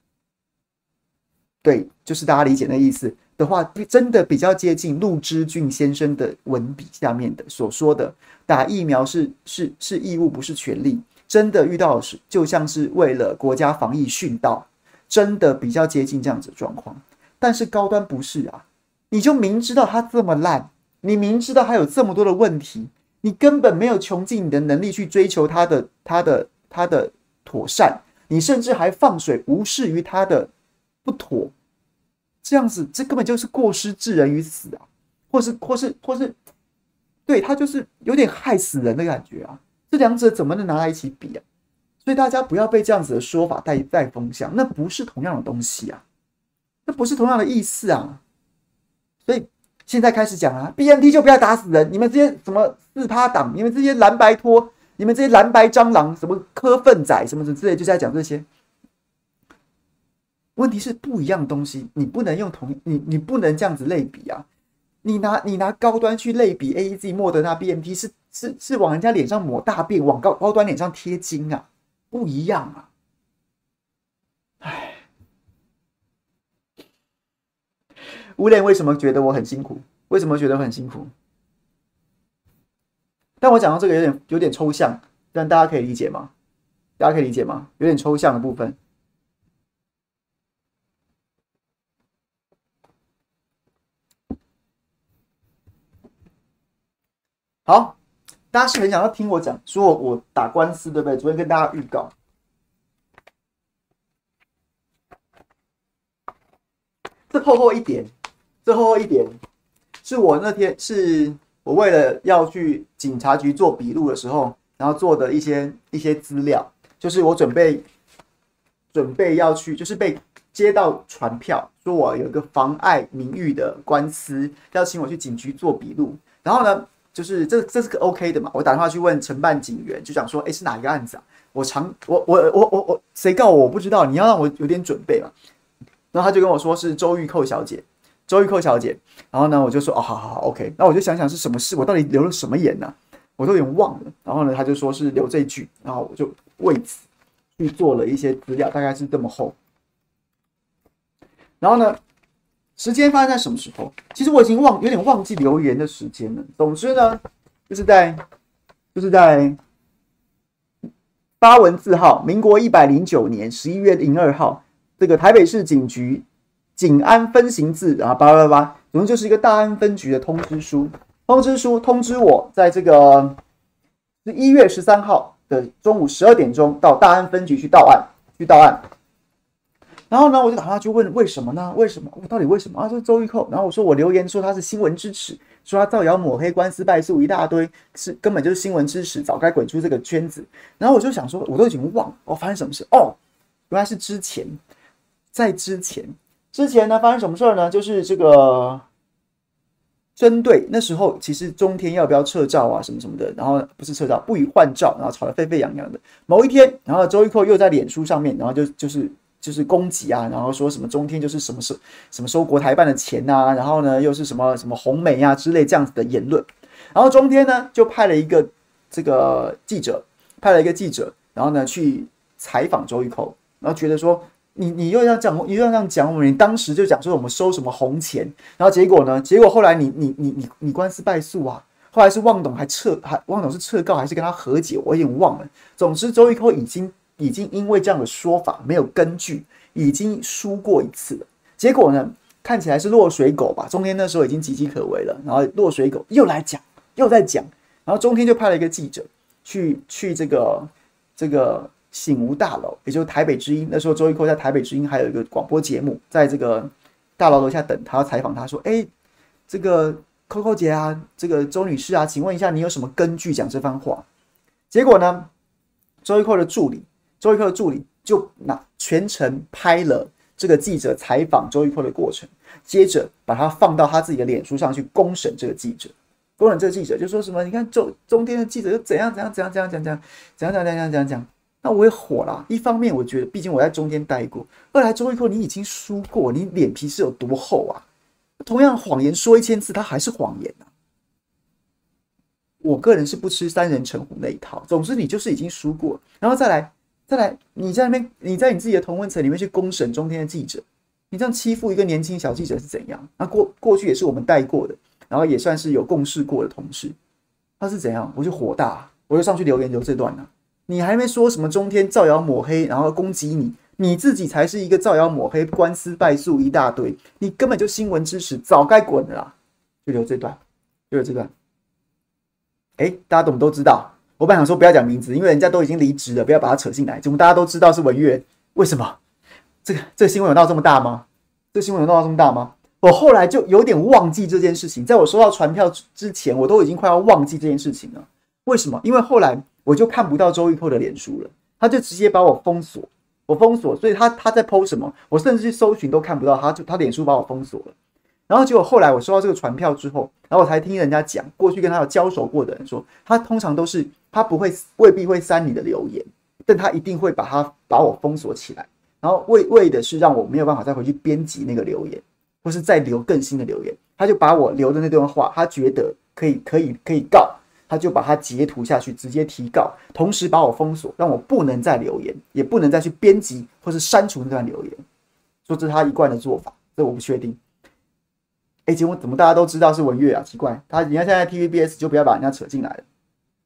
对，就是大家理解那意思的话，真的比较接近陆之俊先生的文笔下面的所说的，打疫苗是是是义务，不是权利。真的遇到的是，就像是为了国家防疫殉道，真的比较接近这样子的状况。但是高端不是啊，你就明知道它这么烂。你明知道还有这么多的问题，你根本没有穷尽你的能力去追求它的、它的、它的妥善，你甚至还放水无视于它的不妥，这样子，这根本就是过失致人于死啊，或是、或是、或是，对，它就是有点害死人的感觉啊，这两者怎么能拿来一起比啊？所以大家不要被这样子的说法带带风向，那不是同样的东西啊，那不是同样的意思啊，所以。现在开始讲啊 ，B N T 就不要打死人！你们这些什么四趴党，你们这些蓝白拖，你们这些蓝白蟑螂，什么科粪仔，什么什么之类，就在讲这些。问题是不一样的东西，你不能用同你你不能这样子类比啊！你拿你拿高端去类比 A Z、莫德纳、B N T 是是是往人家脸上抹大便，往高高端脸上贴金啊，不一样啊！唉。乌莲为什么觉得我很辛苦？为什么觉得我很辛苦？但我讲到这个有点有点抽象，但大家可以理解吗？大家可以理解吗？有点抽象的部分。好，大家是很想要听我讲，说我我打官司，对不对？昨天跟大家预告，这厚厚一点。最后一点是我那天是我为了要去警察局做笔录的时候，然后做的一些一些资料，就是我准备准备要去，就是被接到传票，说我有一个妨碍名誉的官司，要请我去警局做笔录。然后呢，就是这这是个 OK 的嘛，我打电话去问承办警员，就讲说，哎，是哪一个案子啊？我常我我我我我谁告我我不知道，你要让我有点准备嘛。然后他就跟我说是周玉蔻小姐。周玉蔻小姐，然后呢，我就说哦，好好好 ，OK。那我就想想是什么事，我到底留了什么言呢、啊？我都有点忘了。然后呢，他就说是留这一句，然后我就为此去做了一些资料，大概是这么厚。然后呢，时间发生在什么时候？其实我已经忘，有点忘记留言的时间了。总之呢，就是在就是在发文字号，民国一百零九年十一月零二号，这个台北市警局。警安分行字，然后八八八，总之就是一个大安分局的通知书。通知书通知我，在这个十一月十三号的中午十二点钟到大安分局去到案，去到案。然后呢，我就打电话去问为什么呢？为什么？我到底为什么啊？这是周玉蔻。然后我说我留言说他是新闻支持，说他造谣抹黑、官司败诉一大堆，是根本就是新闻支持，早该滚出这个圈子。然后我就想说，我都已经忘了，哦，发生什么事？哦，原来是之前，在之前。之前呢，发生什么事儿呢？就是这个针对那时候，其实中天要不要撤照啊，什么什么的，然后不是撤照，不予换照，然后吵得沸沸扬扬的。某一天，然后周玉蔻又在脸书上面，然后就就是就是攻击啊，然后说什么中天就是什么收什么收国台办的钱啊，然后呢又是什么什么红媒啊之类这样子的言论。然后中天呢就派了一个这个记者，派了一个记者，然后呢去采访周玉蔻，然后觉得说。你你又要讲，你又要这样讲我们，你当时就讲说我们收什么红钱，然后结果呢？结果后来你你你你你官司败诉啊，后来是旺董还撤，还旺董是撤告还是跟他和解，我有点忘了。总之，周玉蔻已经已经因为这样的说法没有根据，已经输过一次了。结果呢，看起来是落水狗吧？中天那时候已经岌岌可危了，然后落水狗又来讲，又在讲，然后中天就派了一个记者去去这个这个醒吾大楼，也就是台北之音。那时候周玉蔻在台北之音还有一个广播节目，在这个大楼楼下等他，要采访他说：“哎，这个 Coco 姐啊，这个周女士啊，请问一下，你有什么根据讲这番话？”结果呢，周玉蔻的助理，周玉蔻的助理就拿全程拍了这个记者采访周玉蔻的过程，接着把它放到他自己的脸书上去公审这个记者。公审这个记者就说什么？你看中中天的记者就怎样怎样怎样怎样怎样怎样怎样怎样怎样怎样怎样，那我也火了。一方面我觉得，毕竟我在中天待过；二来周玉蔻你已经输过，你脸皮是有多厚啊？同样谎言说一千次，它还是谎言啊。我个人是不吃三人成虎那一套。总之你就是已经输过，然后再来再来，你在那边你在你自己的同温层里面去公审中天的记者，你这样欺负一个年轻小记者是怎样？那过过去也是我们带过的。然后也算是有共事过的同事，他是怎样？我就火大，我就上去留言留这段了、啊。你还没说什么中天造谣抹黑，然后攻击你，你自己才是一个造谣抹黑、官司败诉一大堆，你根本就新闻支持，早该滚了啦！就留这段，就留这段。哎，大家懂都知道。我本来想说不要讲名字，因为人家都已经离职了，不要把他扯进来。怎么大家都知道是文月？为什么？这个这个新闻有闹这么大吗？这个新闻有闹这么大吗？我后来就有点忘记这件事情，在我收到传票之前，我都已经快要忘记这件事情了。为什么？因为后来我就看不到周玉蔻的脸书了，他就直接把我封锁，我封锁，所以他他在 po 什么，我甚至去搜寻都看不到，他就他脸书把我封锁了。然后结果后来我收到这个传票之后，然后我才听人家讲，过去跟他有交手过的人说，他通常都是他不会未必会删你的留言，但他一定会把他把我封锁起来，然后为为的是让我没有办法再回去编辑那个留言。或是再留更新的留言，他就把我留的那段话，他觉得可以可以可以告，他就把它截图下去，直接提告，同时把我封锁，让我不能再留言，也不能再去编辑或是删除那段留言，说这是他一贯的做法，这我不确定。哎，结果怎么大家都知道是文月啊？奇怪，他人家现在 T V B S 就不要把人家扯进来了。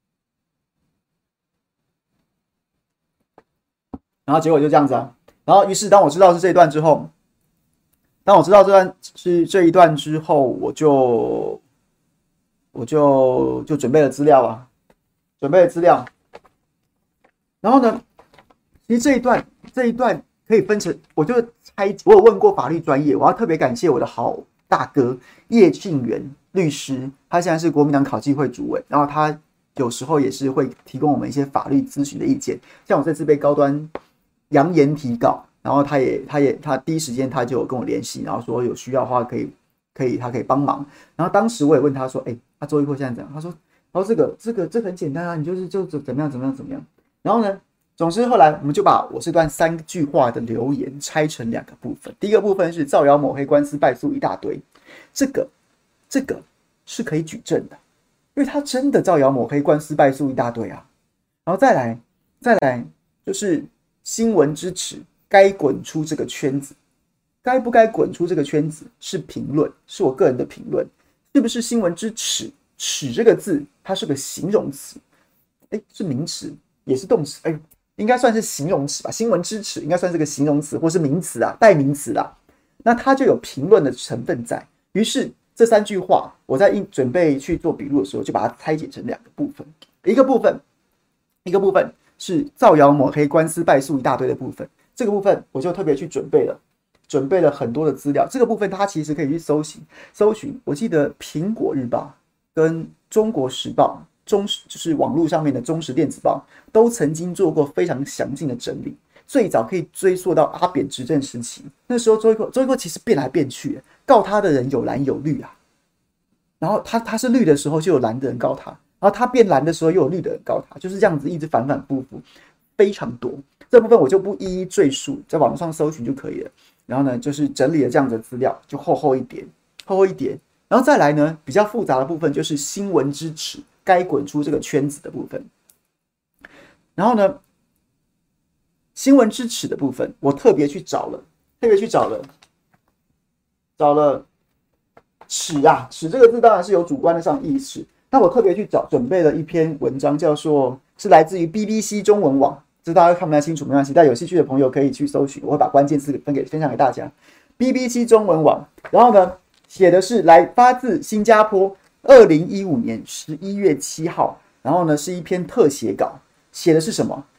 然后结果就这样子啊，然后于是当我知道是这一段之后。当我知道这段是这一段之后，我就我就就准备了资料啊，准备了资料。然后呢，其实这一段这一段可以分成，我就猜，我有问过法律专业，我要特别感谢我的好大哥叶庆元律师，他现在是国民党考纪会主委，然后他有时候也是会提供我们一些法律咨询的意见，像我这次被高端扬言提告。然后他也，他也，他第一时间他就有跟我联系，然后说有需要的话可以，可以，他可以帮忙。然后当时我也问他说：“哎、欸，他周玉蔻现在怎样？”他说：“他说这个，这个，这个很简单啊，你就是就怎么样，怎么样，怎么样。”然后呢，总之后来我们就把我这段三句话的留言拆成两个部分。第一个部分是造谣抹黑、官司败诉一大堆，这个，这个是可以举证的，因为他真的造谣抹黑、官司败诉一大堆啊。然后再来，再来就是新闻支持。该滚出这个圈子，该不该滚出这个圈子是评论，是我个人的评论，是不是新闻之耻？耻这个字，它是个形容词，哎，是名词，也是动词，哎，应该算是形容词吧？新闻之耻应该算是个形容词或是名词啊，代名词啦。那它就有评论的成分在。于是这三句话，我在准备去做笔录的时候，就把它拆解成两个部分，一个部分，一个部分是造谣抹黑、官司败诉一大堆的部分。这个部分我就特别去准备了，准备了很多的资料。这个部分它其实可以去搜寻，搜寻。我记得苹果日报跟中国时报、中就是网络上面的中时电子报都曾经做过非常详尽的整理。最早可以追溯到阿扁执政时期，那时候周玉蔻，周玉蔻其实变来变去，告他的人有蓝有绿啊。然后他他是绿的时候就有蓝的人告他，然后他变蓝的时候又有绿的人告他，就是这样子一直反反复复，非常多。这部分我就不一一赘述，在网络上搜寻就可以了。然后呢，就是整理了这样的资料，就厚厚一叠，厚厚一叠。然后再来呢，比较复杂的部分就是新闻支持该滚出这个圈子的部分。然后呢，新闻支持的部分，我特别去找了，特别去找了，找了耻啊，耻这个字当然是有主观的上意识。那我特别去找，准备了一篇文章，叫做是来自于 B B C 中文网。这大家看不太清楚，没关系，但有兴趣的朋友可以去搜寻，我会把关键字分给分享给大家。B B C 中文网，然后呢，写的是来发自新加坡，二零一五年十一月七号，然后呢是一篇特写稿，写的是什么？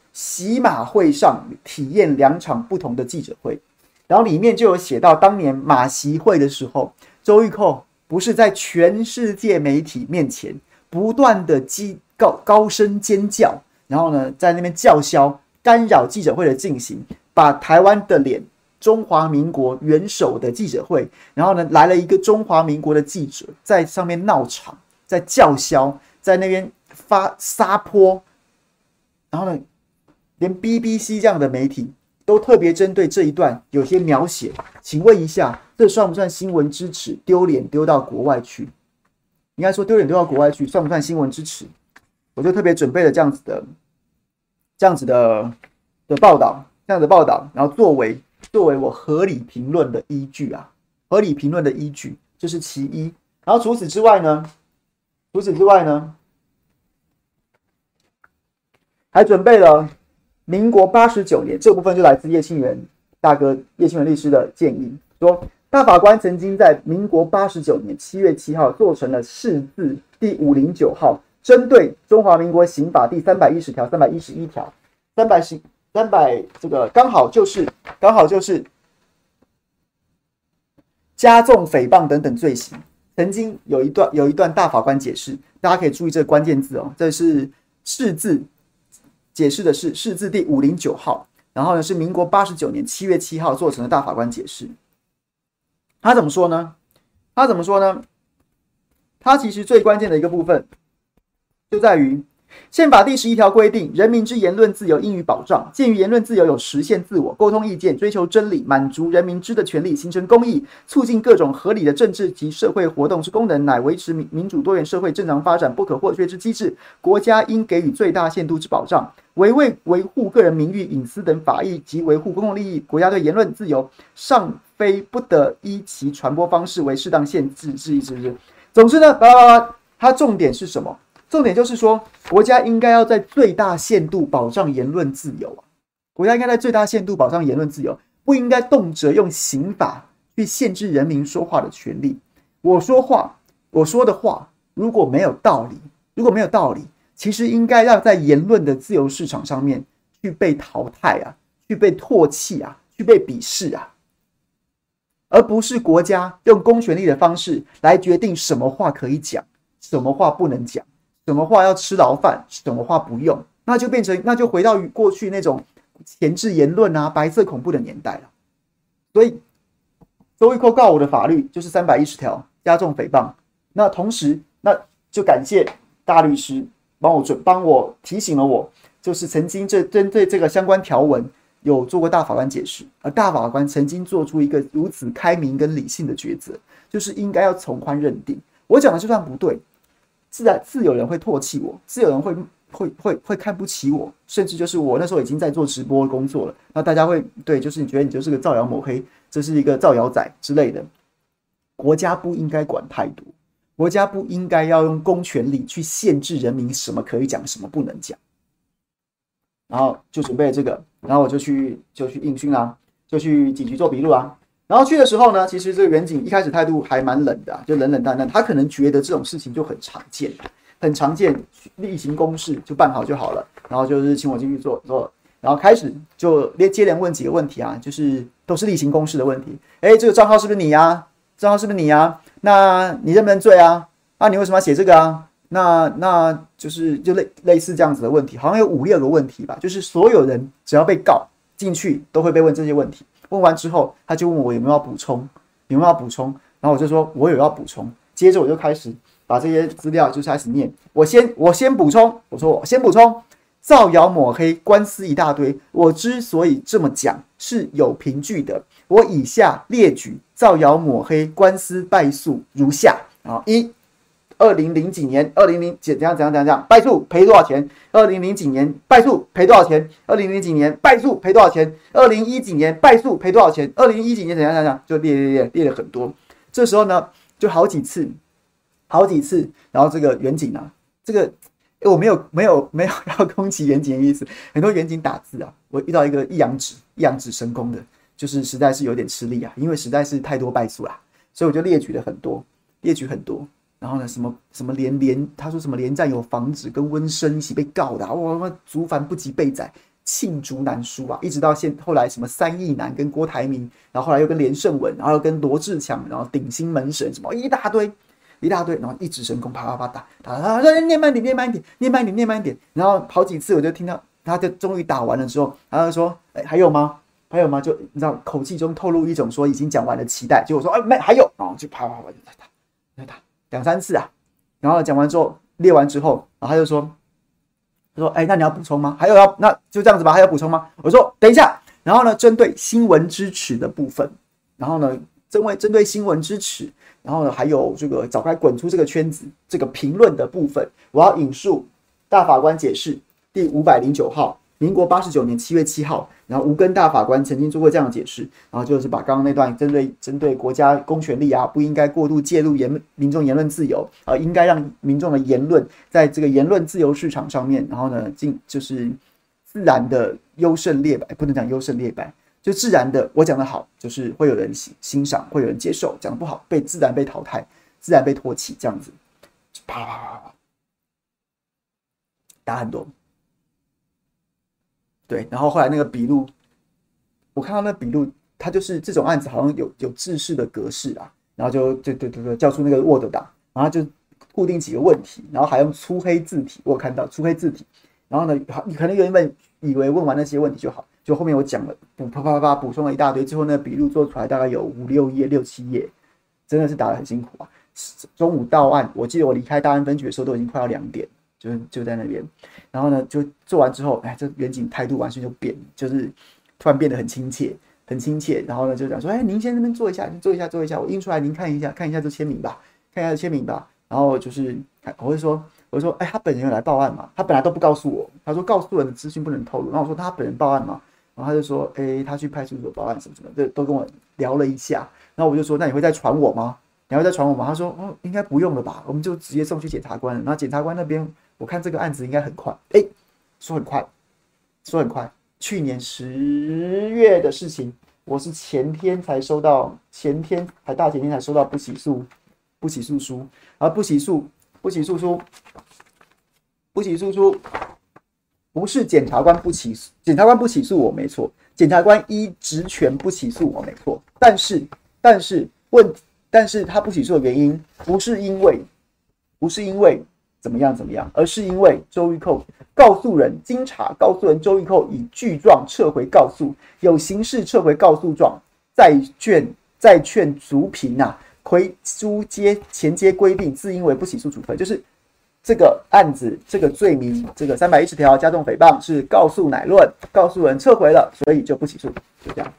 洗马会上体验两场不同的记者会，然后里面就有写到当年马习会的时候，周玉蔻不是在全世界媒体面前不断的高高声尖叫，然后呢在那边叫嚣干扰记者会的进行，把台湾的脸中华民国元首的记者会，然后呢来了一个中华民国的记者在上面闹场，在叫嚣，在那边发撒泼，然后呢连 B B C 这样的媒体都特别针对这一段有些描写，请问一下，这算不算新闻之耻？丢脸丢到国外去？应该说丢脸丢到国外去，算不算新闻之耻？我就特别准备了这样子的、这样子的的报道，这样的报道，然后作为作为我合理评论的依据啊，合理评论的依据，这是其一。然后除此之外呢，除此之外呢，还准备了民国八十九年，这部分就来自叶庆元大哥、叶庆元律师的建议，说大法官曾经在民国八十九年七月七号做成了释字第五零九号，针对中华民国刑法第三百一十条、三百一十一条、三百三百这个刚好就是刚好就是加重诽谤等等罪行，曾经有一段有一段大法官解释，大家可以注意这个关键字哦，这是释字。解释的是释字第五零九号，然后呢是民国八十九年七月七号做成的大法官解释。他怎么说呢？他怎么说呢？他其实最关键的一个部分就在于宪法第十一条规定，人民之言论自由应予保障。鉴于言论自由有实现自我、沟通意见、追求真理、满足人民之的权利、形成公义、促进各种合理的政治及社会活动之功能，乃维持民主多元社会正常发展不可或缺之机制，国家应给予最大限度之保障。为为维护个人名誉、隐私等法益及维护公共利益，国家对言论自由尚非不得依其传播方式为适当限制之一之。总之呢，叭叭叭，它重点是什么？重点就是说，国家应该要在最大限度保障言论自由啊！国家应该在最大限度保障言论自由，不应该动辄用刑法去限制人民说话的权利。我说话，我说的话，如果没有道理，如果没有道理，其实应该让在言论的自由市场上面去被淘汰啊，去被唾弃啊，去被鄙视啊，而不是国家用公权力的方式来决定什么话可以讲，什么话不能讲。什么话要吃牢饭，什么话不用，那就变成那就回到过去那种前置言论啊、白色恐怖的年代了。所以周玉蔻告我的法律就是三百一十条，加重诽谤。那同时，那就感谢大律师帮我准帮我提醒了我，就是曾经这针对这个相关条文有做过大法官解释，而大法官曾经做出一个如此开明跟理性的抉择，就是应该要从宽认定。我讲的就算不对。自然自有人会唾弃我，自有人会会会会看不起我，甚至就是我那时候已经在做直播工作了，那大家会对，就是你觉得你就是个造谣抹黑，这是一个造谣仔之类的。国家不应该管太多，国家不应该要用公权力去限制人民什么可以讲，什么不能讲。然后就准备了这个，然后我就去就去应讯啦，就去警局做笔录啊。然后去的时候呢，其实这个远景一开始态度还蛮冷的、啊，就冷冷淡淡。他可能觉得这种事情就很常见，很常见，例行公事就办好就好了。然后就是请我进去做做，然后开始就接连问几个问题啊，就是都是例行公事的问题。哎，这个账号是不是你呀、啊？账号是不是你呀、啊？那你认不认罪啊？啊，你为什么要写这个啊？那那就是就类类似这样子的问题，好像有五六个问题吧，就是所有人只要被告进去都会被问这些问题。问完之后，他就问我有没有要补充，有没有要补充，然后我就说我有要补充。接着我就开始把这些资料就开始念。我先我先补充，我说我先补充，造谣抹黑，官司一大堆。我之所以这么讲是有凭据的。我以下列举造谣抹黑官司败诉如下啊：一。二零零几年，二零零怎样怎样怎样怎样败诉赔多少钱？二零零几年败诉赔多少钱？二零零几年败诉赔多少钱？二零一几年败诉赔多少钱？二零一几年怎样怎样就列列列列了很多。这时候呢，就好几次，好几次，然后这个远景啊，这个我没有没有没有要攻击远景的意思，很多远景打字啊，我遇到一个一阳指一阳指神功的，就是实在是有点吃力啊，因为实在是太多败诉啦，所以我就列举了很多，列举很多。然后呢，什么什么连连，他说什么连战有房子跟温生一起被告的、啊，哇，族繁不及备载， 罄竹难书啊，一直到现后来什么三义男跟郭台铭，然后后来又跟连胜文，然后又跟罗志强，然后鼎新门神什么一大堆。一大堆，然后一指神功，啪啪啪打打打，打念慢点，念慢点，念慢点，念慢点。然后好几次我就听到，他就终于打完了之后，他就说：“哎、欸，还有吗？还有吗？”就你知道，口气中透露一种说已经讲完的期待。结果说：“哎、欸，没，还有。”然后就啪啪啪就再打，再打两三次啊。然后讲完之后，列完之后，然后他就说：“他说，哎、欸，那你要补充吗？还有要，那就这样子吧，还要补充吗？”我说：“等一下。”然后呢，针对新闻支持的部分，然后呢，针对针对新闻支持。然后呢，还有这个早该滚出这个圈子这个评论的部分，我要引述大法官解释第五百零九号，民国八十九年七月七号，然后吴根大法官曾经做过这样的解释，然后就是把刚刚那段针对针对国家公权力啊，不应该过度介入言民众言论自由啊、呃，应该让民众的言论在这个言论自由市场上面，然后呢，进就是自然的优胜劣败，不能讲优胜劣败。就自然的，我讲的好，就是会有人欣赏，会有人接受；讲的不好，被自然被淘汰，自然被唾弃，这样子，啪啪啪啪，打很多。对，然后后来那个笔录，我看到那笔录，它就是这种案子好像有有制式的格式啊，然后就就对对对，叫出那个 Word 档，然后就固定几个问题，然后还用粗黑字体，我有看到粗黑字体，然后呢，你可能原本以为问完那些问题就好。就后面我讲了，补啪啪啪补充了一大堆，最后那个笔录做出来大概有五六页、六七页，真的是打得很辛苦啊。中午到案，我记得我离开大安分局的时候都已经快要两点，就就在那边。然后呢，就做完之后，哎，这远景态度完全就变，就是突然变得很亲切，很亲切。然后呢，就讲说，哎，您先那边坐一下，坐一下，坐一下，我印出来您看一下，看一下这签名吧，看一下这签名吧。然后就是，我会说。我就说，哎，他本人有来报案吗？他本来都不告诉我，他说告诉人的资讯不能透露。然后我说他本人报案吗？然后他就说，哎，他去派出所报案什么什么，这都跟我聊了一下。然后我就说，那你会再传我吗？你还会再传我吗？他说，哦，应该不用了吧，我们就直接送去检察官了。然后检察官那边，我看这个案子应该很快。哎，说很快，说很快。去年十月的事情，我是前天才收到，前天还大前天才收到不起诉不起诉书，然后不起诉。不起诉书，不起诉书，不是检察官不起诉，检察官不起诉我没错，检察官依职权不起诉我没错，但是但是问，但是他不起诉的原因不是因为不是因为怎么样怎么样，而是因为周玉蔻告诉人经查，告诉人周玉蔻以具状撤回告诉，有刑事撤回告诉状，债券债券足凭啊。回书接前接规定，自应为不起诉处分，就是这个案子这个罪名，这个三百一十条加重诽谤是告诉乃论，告诉人撤回了，所以就不起诉，就这样。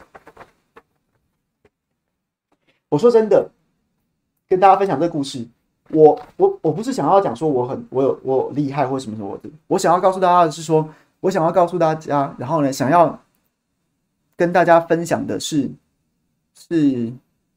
我说真的，跟大家分享这个故事，我我我不是想要讲说我很我有我厉害或什么什么的，我想要告诉大家的是说，我想要告诉大家，然后呢，想要跟大家分享的是是。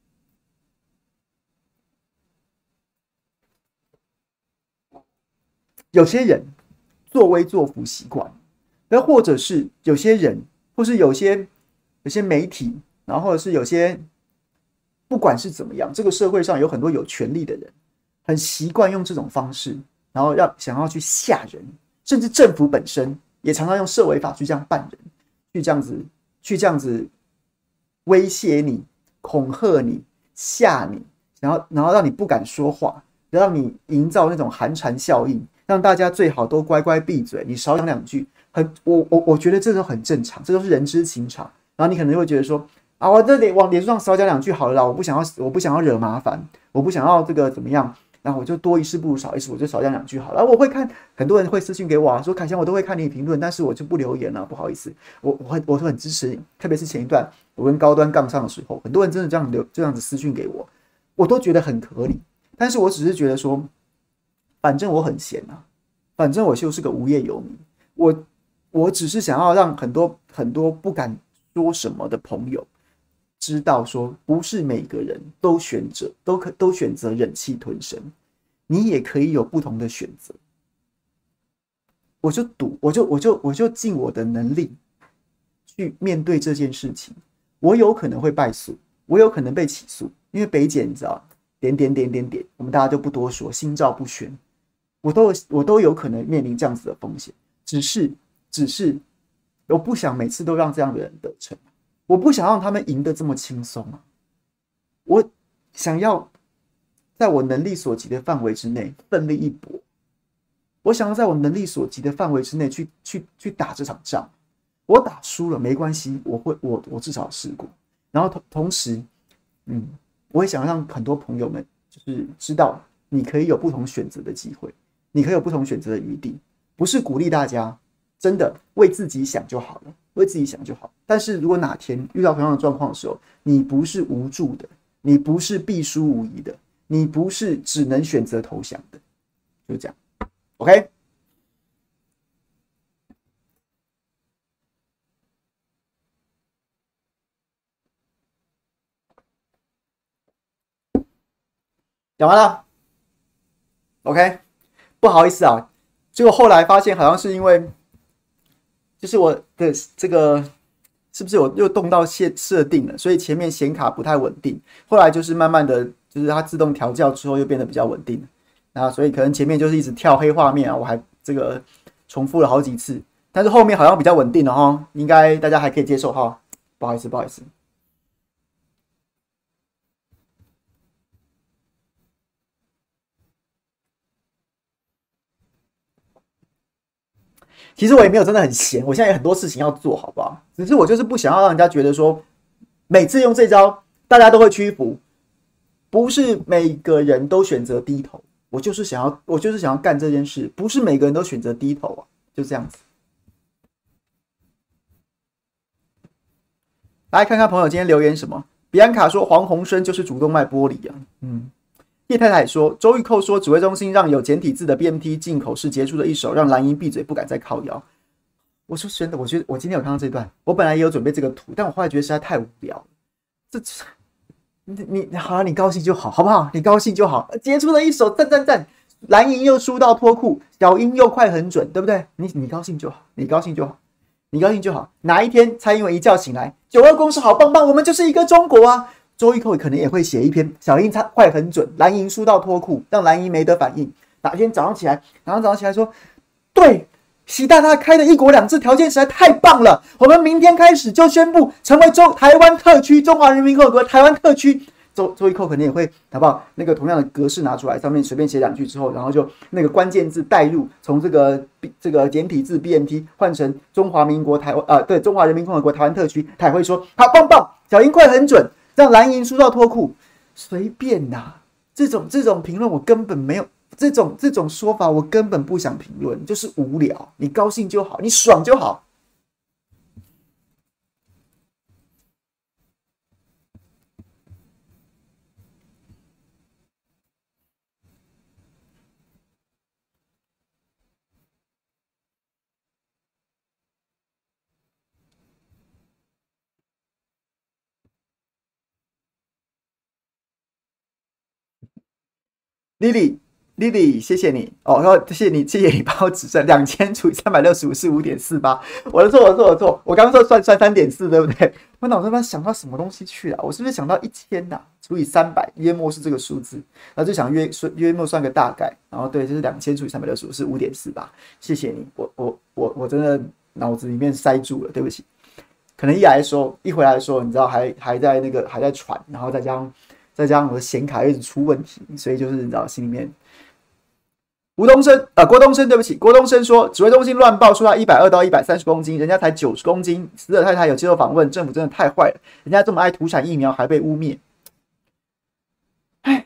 有些人作威作福习惯，又或者是有些人，或是有些有些媒体，然后或者是有些，不管是怎么样，这个社会上有很多有权力的人，很习惯用这种方式，然后让想要去吓人，甚至政府本身也常常用社维法去这样办人，去这样子去这样子威胁你、恐吓你、吓你，然后然后让你不敢说话，让你营造那种寒蝉效应。让大家最好都乖乖闭嘴，你少讲两句，很我我我觉得这都很正常，这都是人之情长。然后你可能会觉得说啊，我这里往脸书上少讲两句好了啦，我不想要我不想要惹麻烦，我不想要这个怎么样，然后我就多一事不如少一事，我就少讲两句好了。我会看很多人会私信给我啊，说凯翔我都会看你评论，但是我就不留言了，不好意思，我我会我会很支持你，特别是前一段我跟高端杠上的时候，很多人真的这样留这样子私讯给我，我都觉得很合理，但是我只是觉得说。反正我很闲啊，反正我就是个无业游民，我我只是想要让很多很多不敢说什么的朋友知道说，不是每个人都选择都可都选择忍气吞声，你也可以有不同的选择。我就赌，我就我就我就尽我的能力去面对这件事情。我有可能会败诉，我有可能被起诉，因为北检你知道，点点点点点，我们大家就不多说，心照不宣。我都我都有可能面临这样子的风险，只是只是我不想每次都让这样的人得逞，我不想让他们赢得这么轻松啊！我想要在我能力所及的范围之内奋力一搏，我想要在我能力所及的范围之内去去去打这场仗。我打输了没关系，我会我我至少试过。然后同同时，嗯，我也想让很多朋友们就是知道，你可以有不同选择的机会，你可以有不同选择的余地，不是鼓励大家真的为自己想就好了，为自己想就好。但是如果哪天遇到同样的状况的时候，你不是无助的，你不是必输无疑的，你不是只能选择投降的，就这样 ，OK。讲完了 ，OK， 不好意思啊，结果后来发现好像是因为，就是我的这个是不是我又动到设定了，所以前面显卡不太稳定，后来就是慢慢的就是它自动调校之后又变得比较稳定了，那所以可能前面就是一直跳黑画面啊，我还这个重复了好几次，但是后面好像比较稳定了哈，应该大家还可以接受哈，不好意思，不好意思。其实我也没有真的很闲，我现在有很多事情要做，好不好？只是我就是不想要让人家觉得说，每次用这招大家都会屈服，不是每个人都选择低头。我就是想要，我就是想要干这件事，不是每个人都选择低头啊，就这样子。来看看朋友今天留言什么？比安卡说黄鸿升就是主动脉剥离啊，嗯。叶太太说，周玉蔻说，指挥中心让有简体字的 B M T 进口是结束的一手，让蓝营闭嘴，不敢再靠腰。我说真的，我觉得我今天有看到这段，我本来也有准备这个图，但我后来觉得实在太无聊了。这，你你好、啊，你高兴就好，好不好？你高兴就好，结出了一手，赞赞赞！蓝营又输到脱裤，小英又快很准，对不对？你你高兴就好，你高兴就好，你高兴就好。哪一天蔡英文一觉醒来，九二共识好棒棒，我们就是一个中国啊！周玉蔻可能也会写一篇小英快很准，蓝营输到脱裤，让蓝营没得反应。哪天早上起来，哪天早上起来说，对，习大大开的一国两制条件实在太棒了，我们明天开始就宣布成为中台湾特区，中华人民共和国台湾特区。周周玉蔻可能也会好不好？那个同样的格式拿出来，上面随便写两句之后，然后就那个关键字带入，从这个这个简体字 B M T 换成中华民国台湾呃对中华人民共和国台湾特区，他也会说好棒棒，小英快很准。让蓝营输到脱裤，随便呐、啊！这种这种评论我根本没有，这种这种说法我根本不想评论，就是无聊。你高兴就好，你爽就好。Lily，Lily， 谢谢你哦，谢谢你，谢谢你帮我指正，两千除以三百六十五是五点四八，我的错，我的错，我的错，我刚刚说算算三点四，对不对？我脑子里想到什么东西去了？我是不是想到一千呐？除以三百，约莫是这个数字，然后就想约约莫算个大概，然后对，就是两千除以三百六十五是五点四八，谢谢你，我我我我真的脑子里面塞住了，对不起。可能一来的时候，一回来的时候，你知道还还在那个还在喘，然后再加上。再加上我的显卡一直出问题，所以就是你知道心里面。吴东升，呃，郭东升，对不起，郭东升说，指挥中心乱报说他一百二到一百三十公斤，人家才九十公斤。死者太太有接受访问，政府真的太坏了，人家这么爱土产疫苗还被污蔑。哎，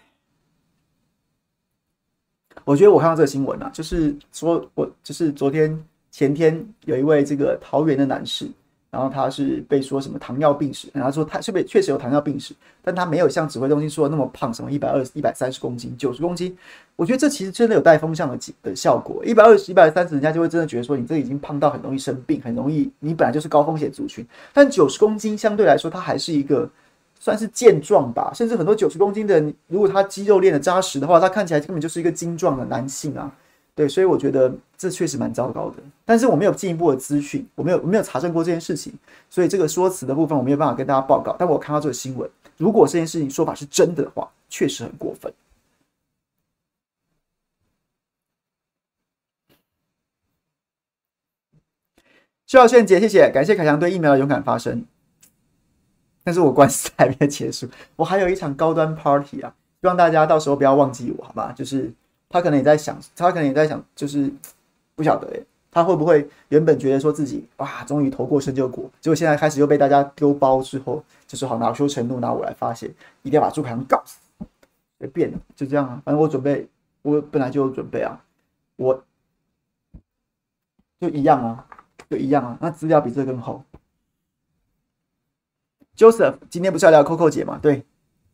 我觉得我看到这个新闻啊，就是说我就是昨天前天有一位这个桃园的男士。然后他是被说什么糖尿病史，然后他说他是不是确实有糖尿病史，但他没有像指挥中心说的那么胖，什么一百二十、一百三十公斤、九十公斤。我觉得这其实真的有带风向的的效果。一百二十、一百三十，人家就会真的觉得说你这已经胖到很容易生病，很容易你本来就是高风险族群。但九十公斤相对来说，它还是一个算是健壮吧，甚至很多九十公斤的人，如果他肌肉练得扎实的话，他看起来根本就是一个精壮的男性啊。对，所以我觉得这确实蛮糟糕的，但是我没有进一步的资讯，我没有我没有查证过这件事情，所以这个说辞的部分我没有办法跟大家报告。但我看到这个新闻，如果这件事情说法是真的的话，确实很过分。 需要炫杰，谢谢，感谢凯翔对疫苗的勇敢发声。但是我官司还没结束，我还有一场高端 party 啊，希望大家到时候不要忘记我，好吧？就是他可能也在想，他可能也在想，就是不晓得耶，他会不会原本觉得说自己哇，终于头过身就过，结果现在开始又被大家丢包之后，就是好恼羞成怒，拿我来发泄，一定要把朱凯翔告死，随便就这样啊，反正我准备，我本来就有准备啊，我就一样啊，就一样啊，那资料比这更厚。Joseph， 今天不是要聊 Coco 姐吗？对。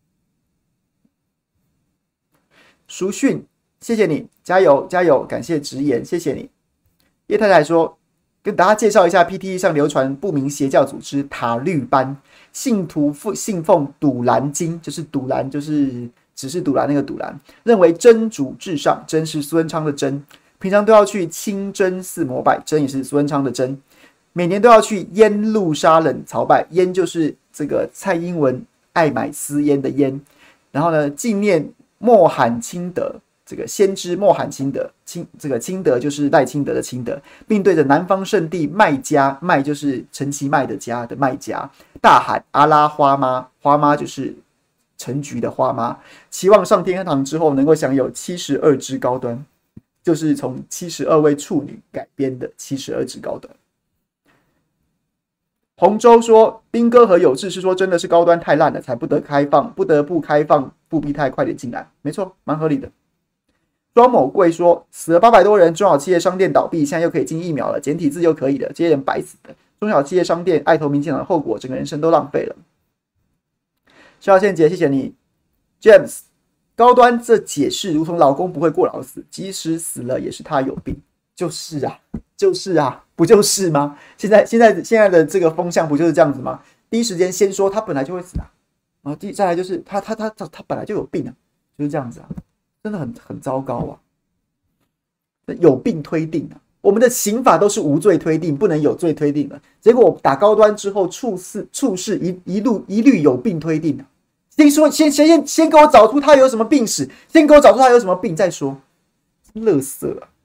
淑训，谢谢你，加油加油，感谢直言，谢谢你。叶太太说，跟大家介绍一下 P T E 上流传不明邪教组织塔绿班，信徒信奉赌兰经，就是赌兰，就是只是赌兰那个赌兰，认为真主至上，真是苏文昌的真，平常都要去清真寺膜拜，真也是苏文昌的真，每年都要去耶路撒冷朝拜，耶就是这个蔡英文爱买私烟的烟，然后呢，纪念莫罕钦德，这个先知莫罕钦德，钦这个钦德就是赖清德的钦德，并对着南方圣地麦加，麦就是陈其迈的家的麦加，大喊阿拉花妈，花妈就是陈菊的花妈，期望上天堂之后能够享有七十二支高端，就是从七十二位处女改编的七十二支高端。洪州说，兵哥和有志是说真的是高端太烂了，才不得开放，不得不开放复必泰快点进来，没错，蛮合理的。庄某贵说，死了八百多人，中小企业商店倒闭，现在又可以进疫苗了，简体字又可以了，这些人白死的。中小企业商店爱投民进党的后果，整个人生都浪费了。肖宪杰，谢谢你 ，James， 高端这解释如同老公不会过劳死，即使死了也是他有病，就是啊，就是啊。不就是吗？现在现在现在的这个风向不就是这样子吗？第一时间先说他本来就会死啊，然后第再来就是他他他他他本来就有病啊，就是这样子啊，真的很很糟糕啊，有病推定啊，我们的刑法都是无罪推定，不能有罪推定的，结果打高端之后处事处事一一路一律有病推定啊，先说先先先给我找出他有什么病史，先给我找出他有什么病再说，垃圾啊！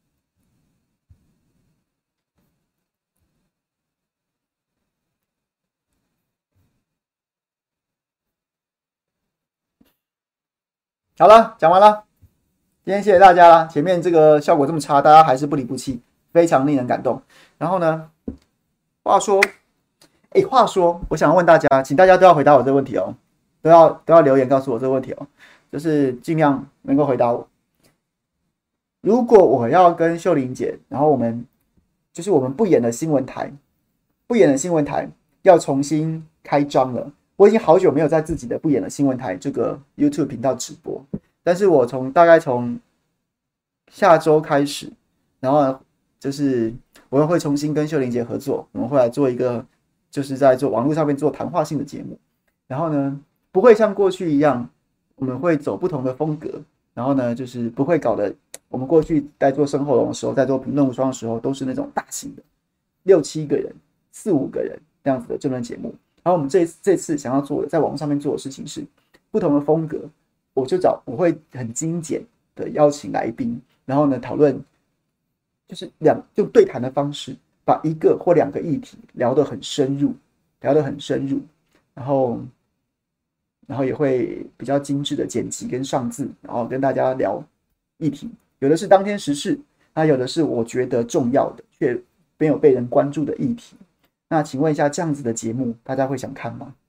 好了，讲完了。今天谢谢大家啦！前面这个效果这么差，大家还是不离不弃，非常令人感动。然后呢，话说，哎，话说，我想问大家，请大家都要回答我这个问题哦，都要都要留言告诉我这个问题哦，就是尽量能够回答我。如果我要跟秀玲姐，然后我们就是我们不演的新闻台，不演的新闻台要重新开张了。我已经好久没有在自己的不演的新闻台这个 YouTube 频道直播，但是我从大概从下周开始，然后就是我会重新跟秀玲姐合作，我们会来做一个就是在做网络上面做谈话性的节目，然后呢不会像过去一样，我们会走不同的风格，然后呢就是不会搞得我们过去在做生活龙的时候，在做评论无双的时候都是那种大型的六七个人、四五个人这样子的政论节目。然后我们这这次想要做的，在网络上面做的事情是不同的风格，我就找我会很精简的邀请来宾，然后呢讨论，就是两用对谈的方式，把一个或两个议题聊得很深入，聊得很深入，然后然后也会比较精致的剪辑跟上字，然后跟大家聊议题，有的是当天时事，那有的是我觉得重要的却没有被人关注的议题。那请问一下，这样子的节目大家会想看吗？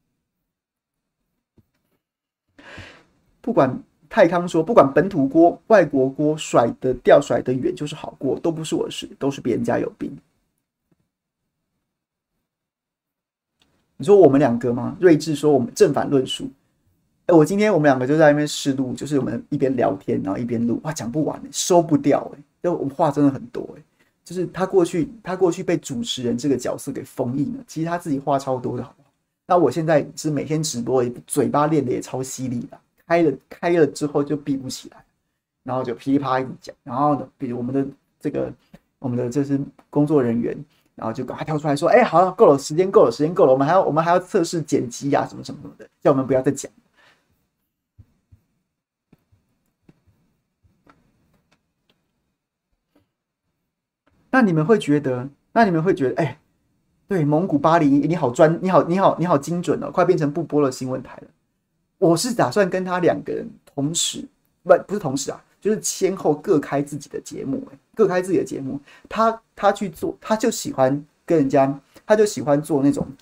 不管泰康说，不管本土锅、外国锅，甩得掉、甩得远就是好锅，都不是我的事，都是别人家有病。你说我们两个吗？睿智说我们正反论述。哎，我今天我们两个就在那边试录，就是我们一边聊天，然后一边录，哇，讲不完，收不掉哎，就我们话真的很多哎。就是他过去，他过去被主持人这个角色给封印了。其实他自己话超多的，好不好？那我现在是每天直播，嘴巴练的也超犀利的，开了开了之后就闭不起来，然后就噼里啪啦一直讲。然后呢，比如我们的这个我们的这是工作人员，然后就赶快跳出来说：“哎、欸，好了，够了，时间够了，时间够了，我们还要我们还要测试剪辑啊，什么什么什么的，叫我们不要再讲。”那你们会觉得那你们会觉得，哎、欸，对，蒙古八零一，你好专，你好，你好，你好精准哦，快变成不播的新闻台了。我是打算跟他两个人同时，不不是同时啊，就是先后各开自己的节目、欸，各开自己的节目。他他去做，他就喜欢跟人家，他就喜欢做那种。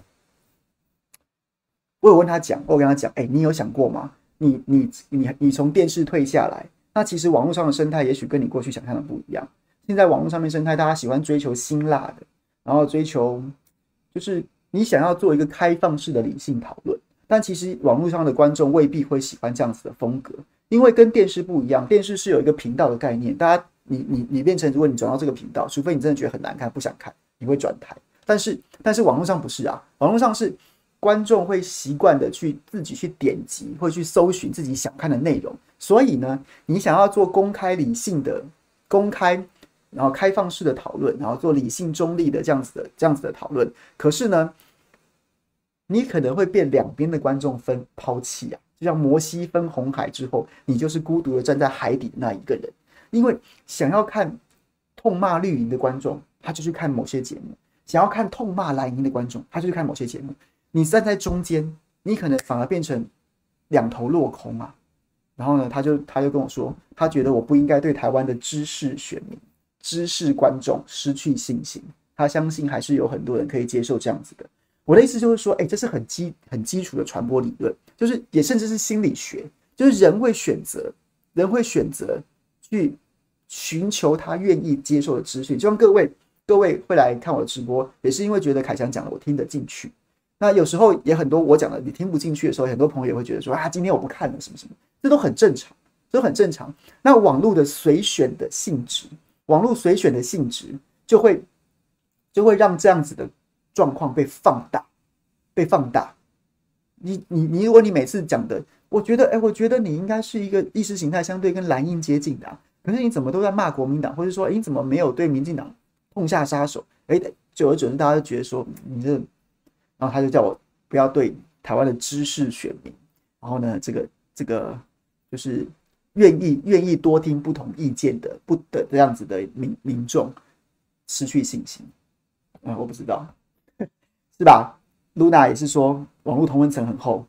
我有问他讲，我有跟他讲，哎、欸，你有想过吗？你你你你从电视退下来，那其实网络上的生态也许跟你过去想象的不一样。现在网络上面生态，大家喜欢追求辛辣的，然后追求就是你想要做一个开放式的理性讨论，但其实网络上的观众未必会喜欢这样子的风格，因为跟电视不一样，电视是有一个频道的概念，大家你你你变成如果你转到这个频道，除非你真的觉得很难看不想看，你会转台，但是但是网络上不是啊，网络上是观众会习惯的去自己去点击，会去搜寻自己想看的内容，所以呢，你想要做公开理性的公开。然后开放式的讨论，然后做理性中立的这样子的这样子的讨论。可是呢，你可能会被两边的观众分抛弃啊，就像摩西分红海之后，你就是孤独的站在海底的那一个人。因为想要看痛骂绿营的观众，他就去看某些节目；想要看痛骂蓝营的观众，他就去看某些节目。你站在中间，你可能反而变成两头落空啊。然后呢，他就他就跟我说，他觉得我不应该对台湾的知识选民。知识观众失去信心，他相信还是有很多人可以接受这样子的。我的意思就是说，哎、欸，这是很基很基础的传播理论，就是也甚至是心理学，就是人会选择，人会选择去寻求他愿意接受的资讯。就像各位各位会来看我的直播，也是因为觉得凯翔讲的我听得进去。那有时候也很多我讲的你听不进去的时候，很多朋友也会觉得说啊，今天我不看了什么什么，这都很正常，这都很正常。那网络的随选的性质。网络随选的性质就会就会让这样子的状况被放大，被放大。你你你，如果你每次讲的，我觉得，哎、欸，我觉得你应该是一个意识形态相对跟蓝营接近的、啊，可是你怎么都在骂国民党，或者说，哎、欸，你怎么没有对民进党痛下杀手？哎、欸，久而久之，大家就觉得说你这，然后他就叫我不要对台湾的知识选民，然后呢，这个这个就是。愿意愿意多听不同意见的不的这样子的民民众失去信心，嗯，我不知道，是吧 ？Luna 也是说网络同温层很厚，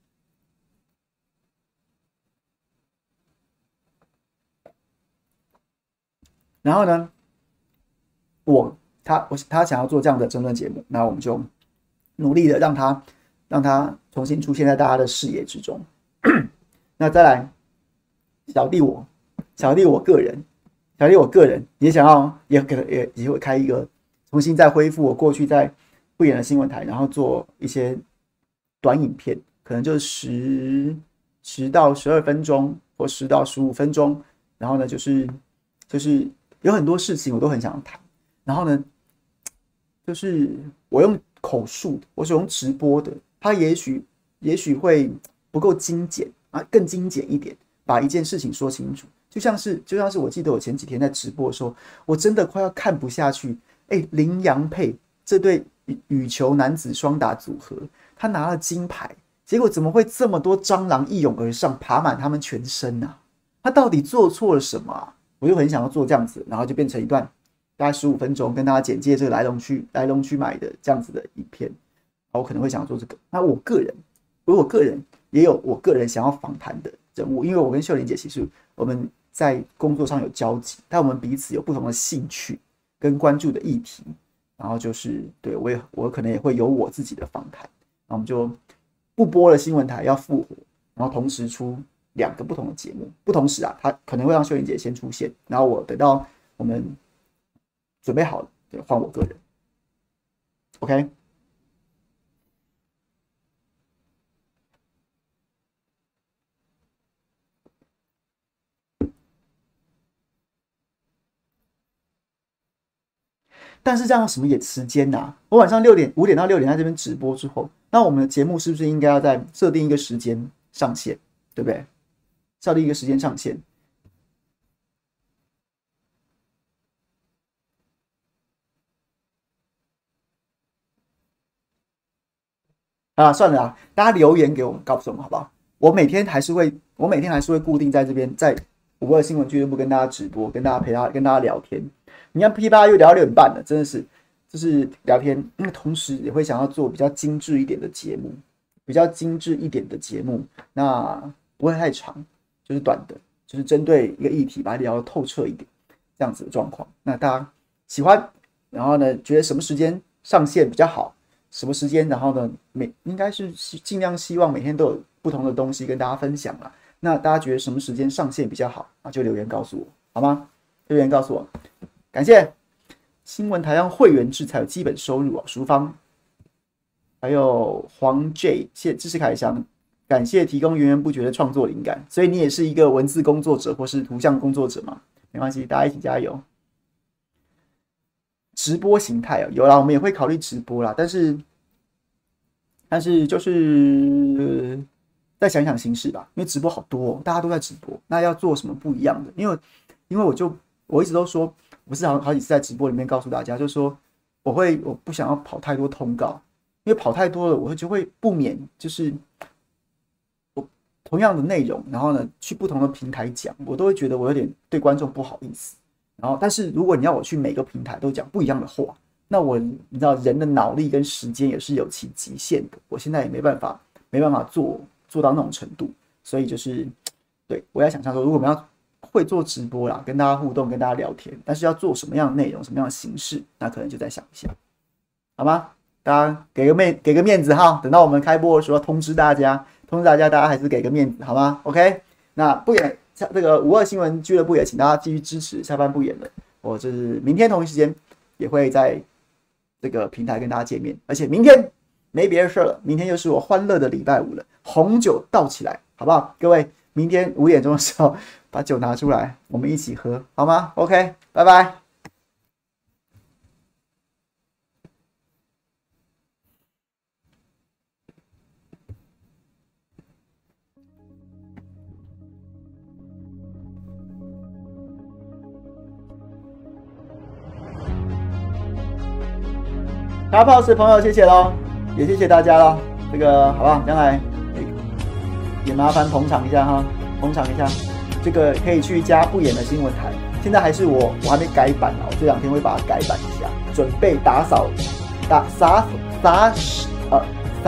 然后呢，我他我他想要做这样的争论节目，那我们就努力的让他让他重新出现在大家的视野之中。那再来。小弟我，小弟我个人，小弟我个人也想要，也可能也也会开一个，重新再恢复我过去在不演的新闻台，然后做一些短影片，可能就十十到十二分钟或十到十五分钟，然后呢，就是就是有很多事情我都很想谈，然后呢，就是我用口述，我是用直播的，它也许也许会不够精简啊，更精简一点。把一件事情说清楚，就像是就像是我记得我前几天在直播的时候，我真的快要看不下去。哎、欸，林洋配这对羽球男子双打组合，他拿了金牌，结果怎么会这么多蟑螂一涌而上，爬满他们全身啊？他到底做错了什么啊？我就很想要做这样子，然后就变成一段大概十五分钟，跟大家简介这个来龙去来龙去脉的这样子的影片。我可能会想要做这个。那我个人，我个人也有我个人想要访谈的。人物，因为我跟秀玲姐其实我们在工作上有交集，但我们彼此有不同的兴趣跟关注的议题，然后就是对我也我可能也会有我自己的访谈，然后我们就不播了新闻台要复活，然后同时出两个不同的节目，不同时啊，他可能会让秀玲姐先出现，然后我等到我们准备好了，对，换我个人 ，OK。但是这样什么也时间啊？我晚上六点五点到六点在这边直播之后，那我们的节目是不是应该要再设定一个时间上线，对不对？设定一个时间上线。啊，算了啊，大家留言给我们，告诉我们好不好？我每天还是会，我每天还是会固定在这边，在五二新闻俱乐部跟大家直播，跟大家陪大家跟大家聊天。你看 P 八又聊到六点半了，真的是就是聊天，因为同时也会想要做比较精致一点的节目，比较精致一点的节目，那不会太长，就是短的，就是针对一个议题把它聊得透彻一点，这样子的状况。那大家喜欢，然后呢，觉得什么时间上线比较好？什么时间？然后呢，每应该是尽量希望每天都有不同的东西跟大家分享啦。那大家觉得什么时间上线比较好？那就留言告诉我，好吗？留言告诉我，感谢新闻台让会员制才有基本收入啊，淑芳，还有黄 J， 谢支持凯翔，感谢提供源源不绝的创作灵感。所以你也是一个文字工作者或是图像工作者嘛？没关系，大家一起加油。直播形态哦，有啦，我们也会考虑直播啦，但是，但是就是再想想形式吧，因为直播好多、哦，大家都在直播，那要做什么不一样的？因为，因为我就我一直都说，我是好好几次在直播里面告诉大家，就是说我会我不想要跑太多通告，因为跑太多了，我就会不免就是我同样的内容，然后呢去不同的平台讲，我都会觉得我有点对观众不好意思。然后，但是如果你要我去每个平台都讲不一样的话，那我你知道人的脑力跟时间也是有其极限的，我现在也没办法没办法做做到那种程度，所以就是对我要想象说，如果我们要会做直播啦，跟大家互动，跟大家聊天，但是要做什么样的内容，什么样的形式，那可能就再想一下，好吗？大家给个面给个面子哈，等到我们开播的时候通知大家，通知大家，大家还是给个面子好吗 ？OK， 那不演。这个五二新闻俱乐部也请大家继续支持，下班不演了。我就是明天同一时间也会在这个平台跟大家见面，而且明天没别的事了，明天又是我欢乐的礼拜五了，红酒倒起来，好不好？各位，明天五点钟的时候把酒拿出来，我们一起喝，好吗 ？OK， 拜拜。卡 pose 的朋友，谢谢喽，也谢谢大家喽。这个好不好？将来也麻烦捧场一下哈，捧场一下。这个可以去加不演的新闻台，现在还是我，我还没改版啊，我这两天会把它改版一下，准备打扫、打洒洒呃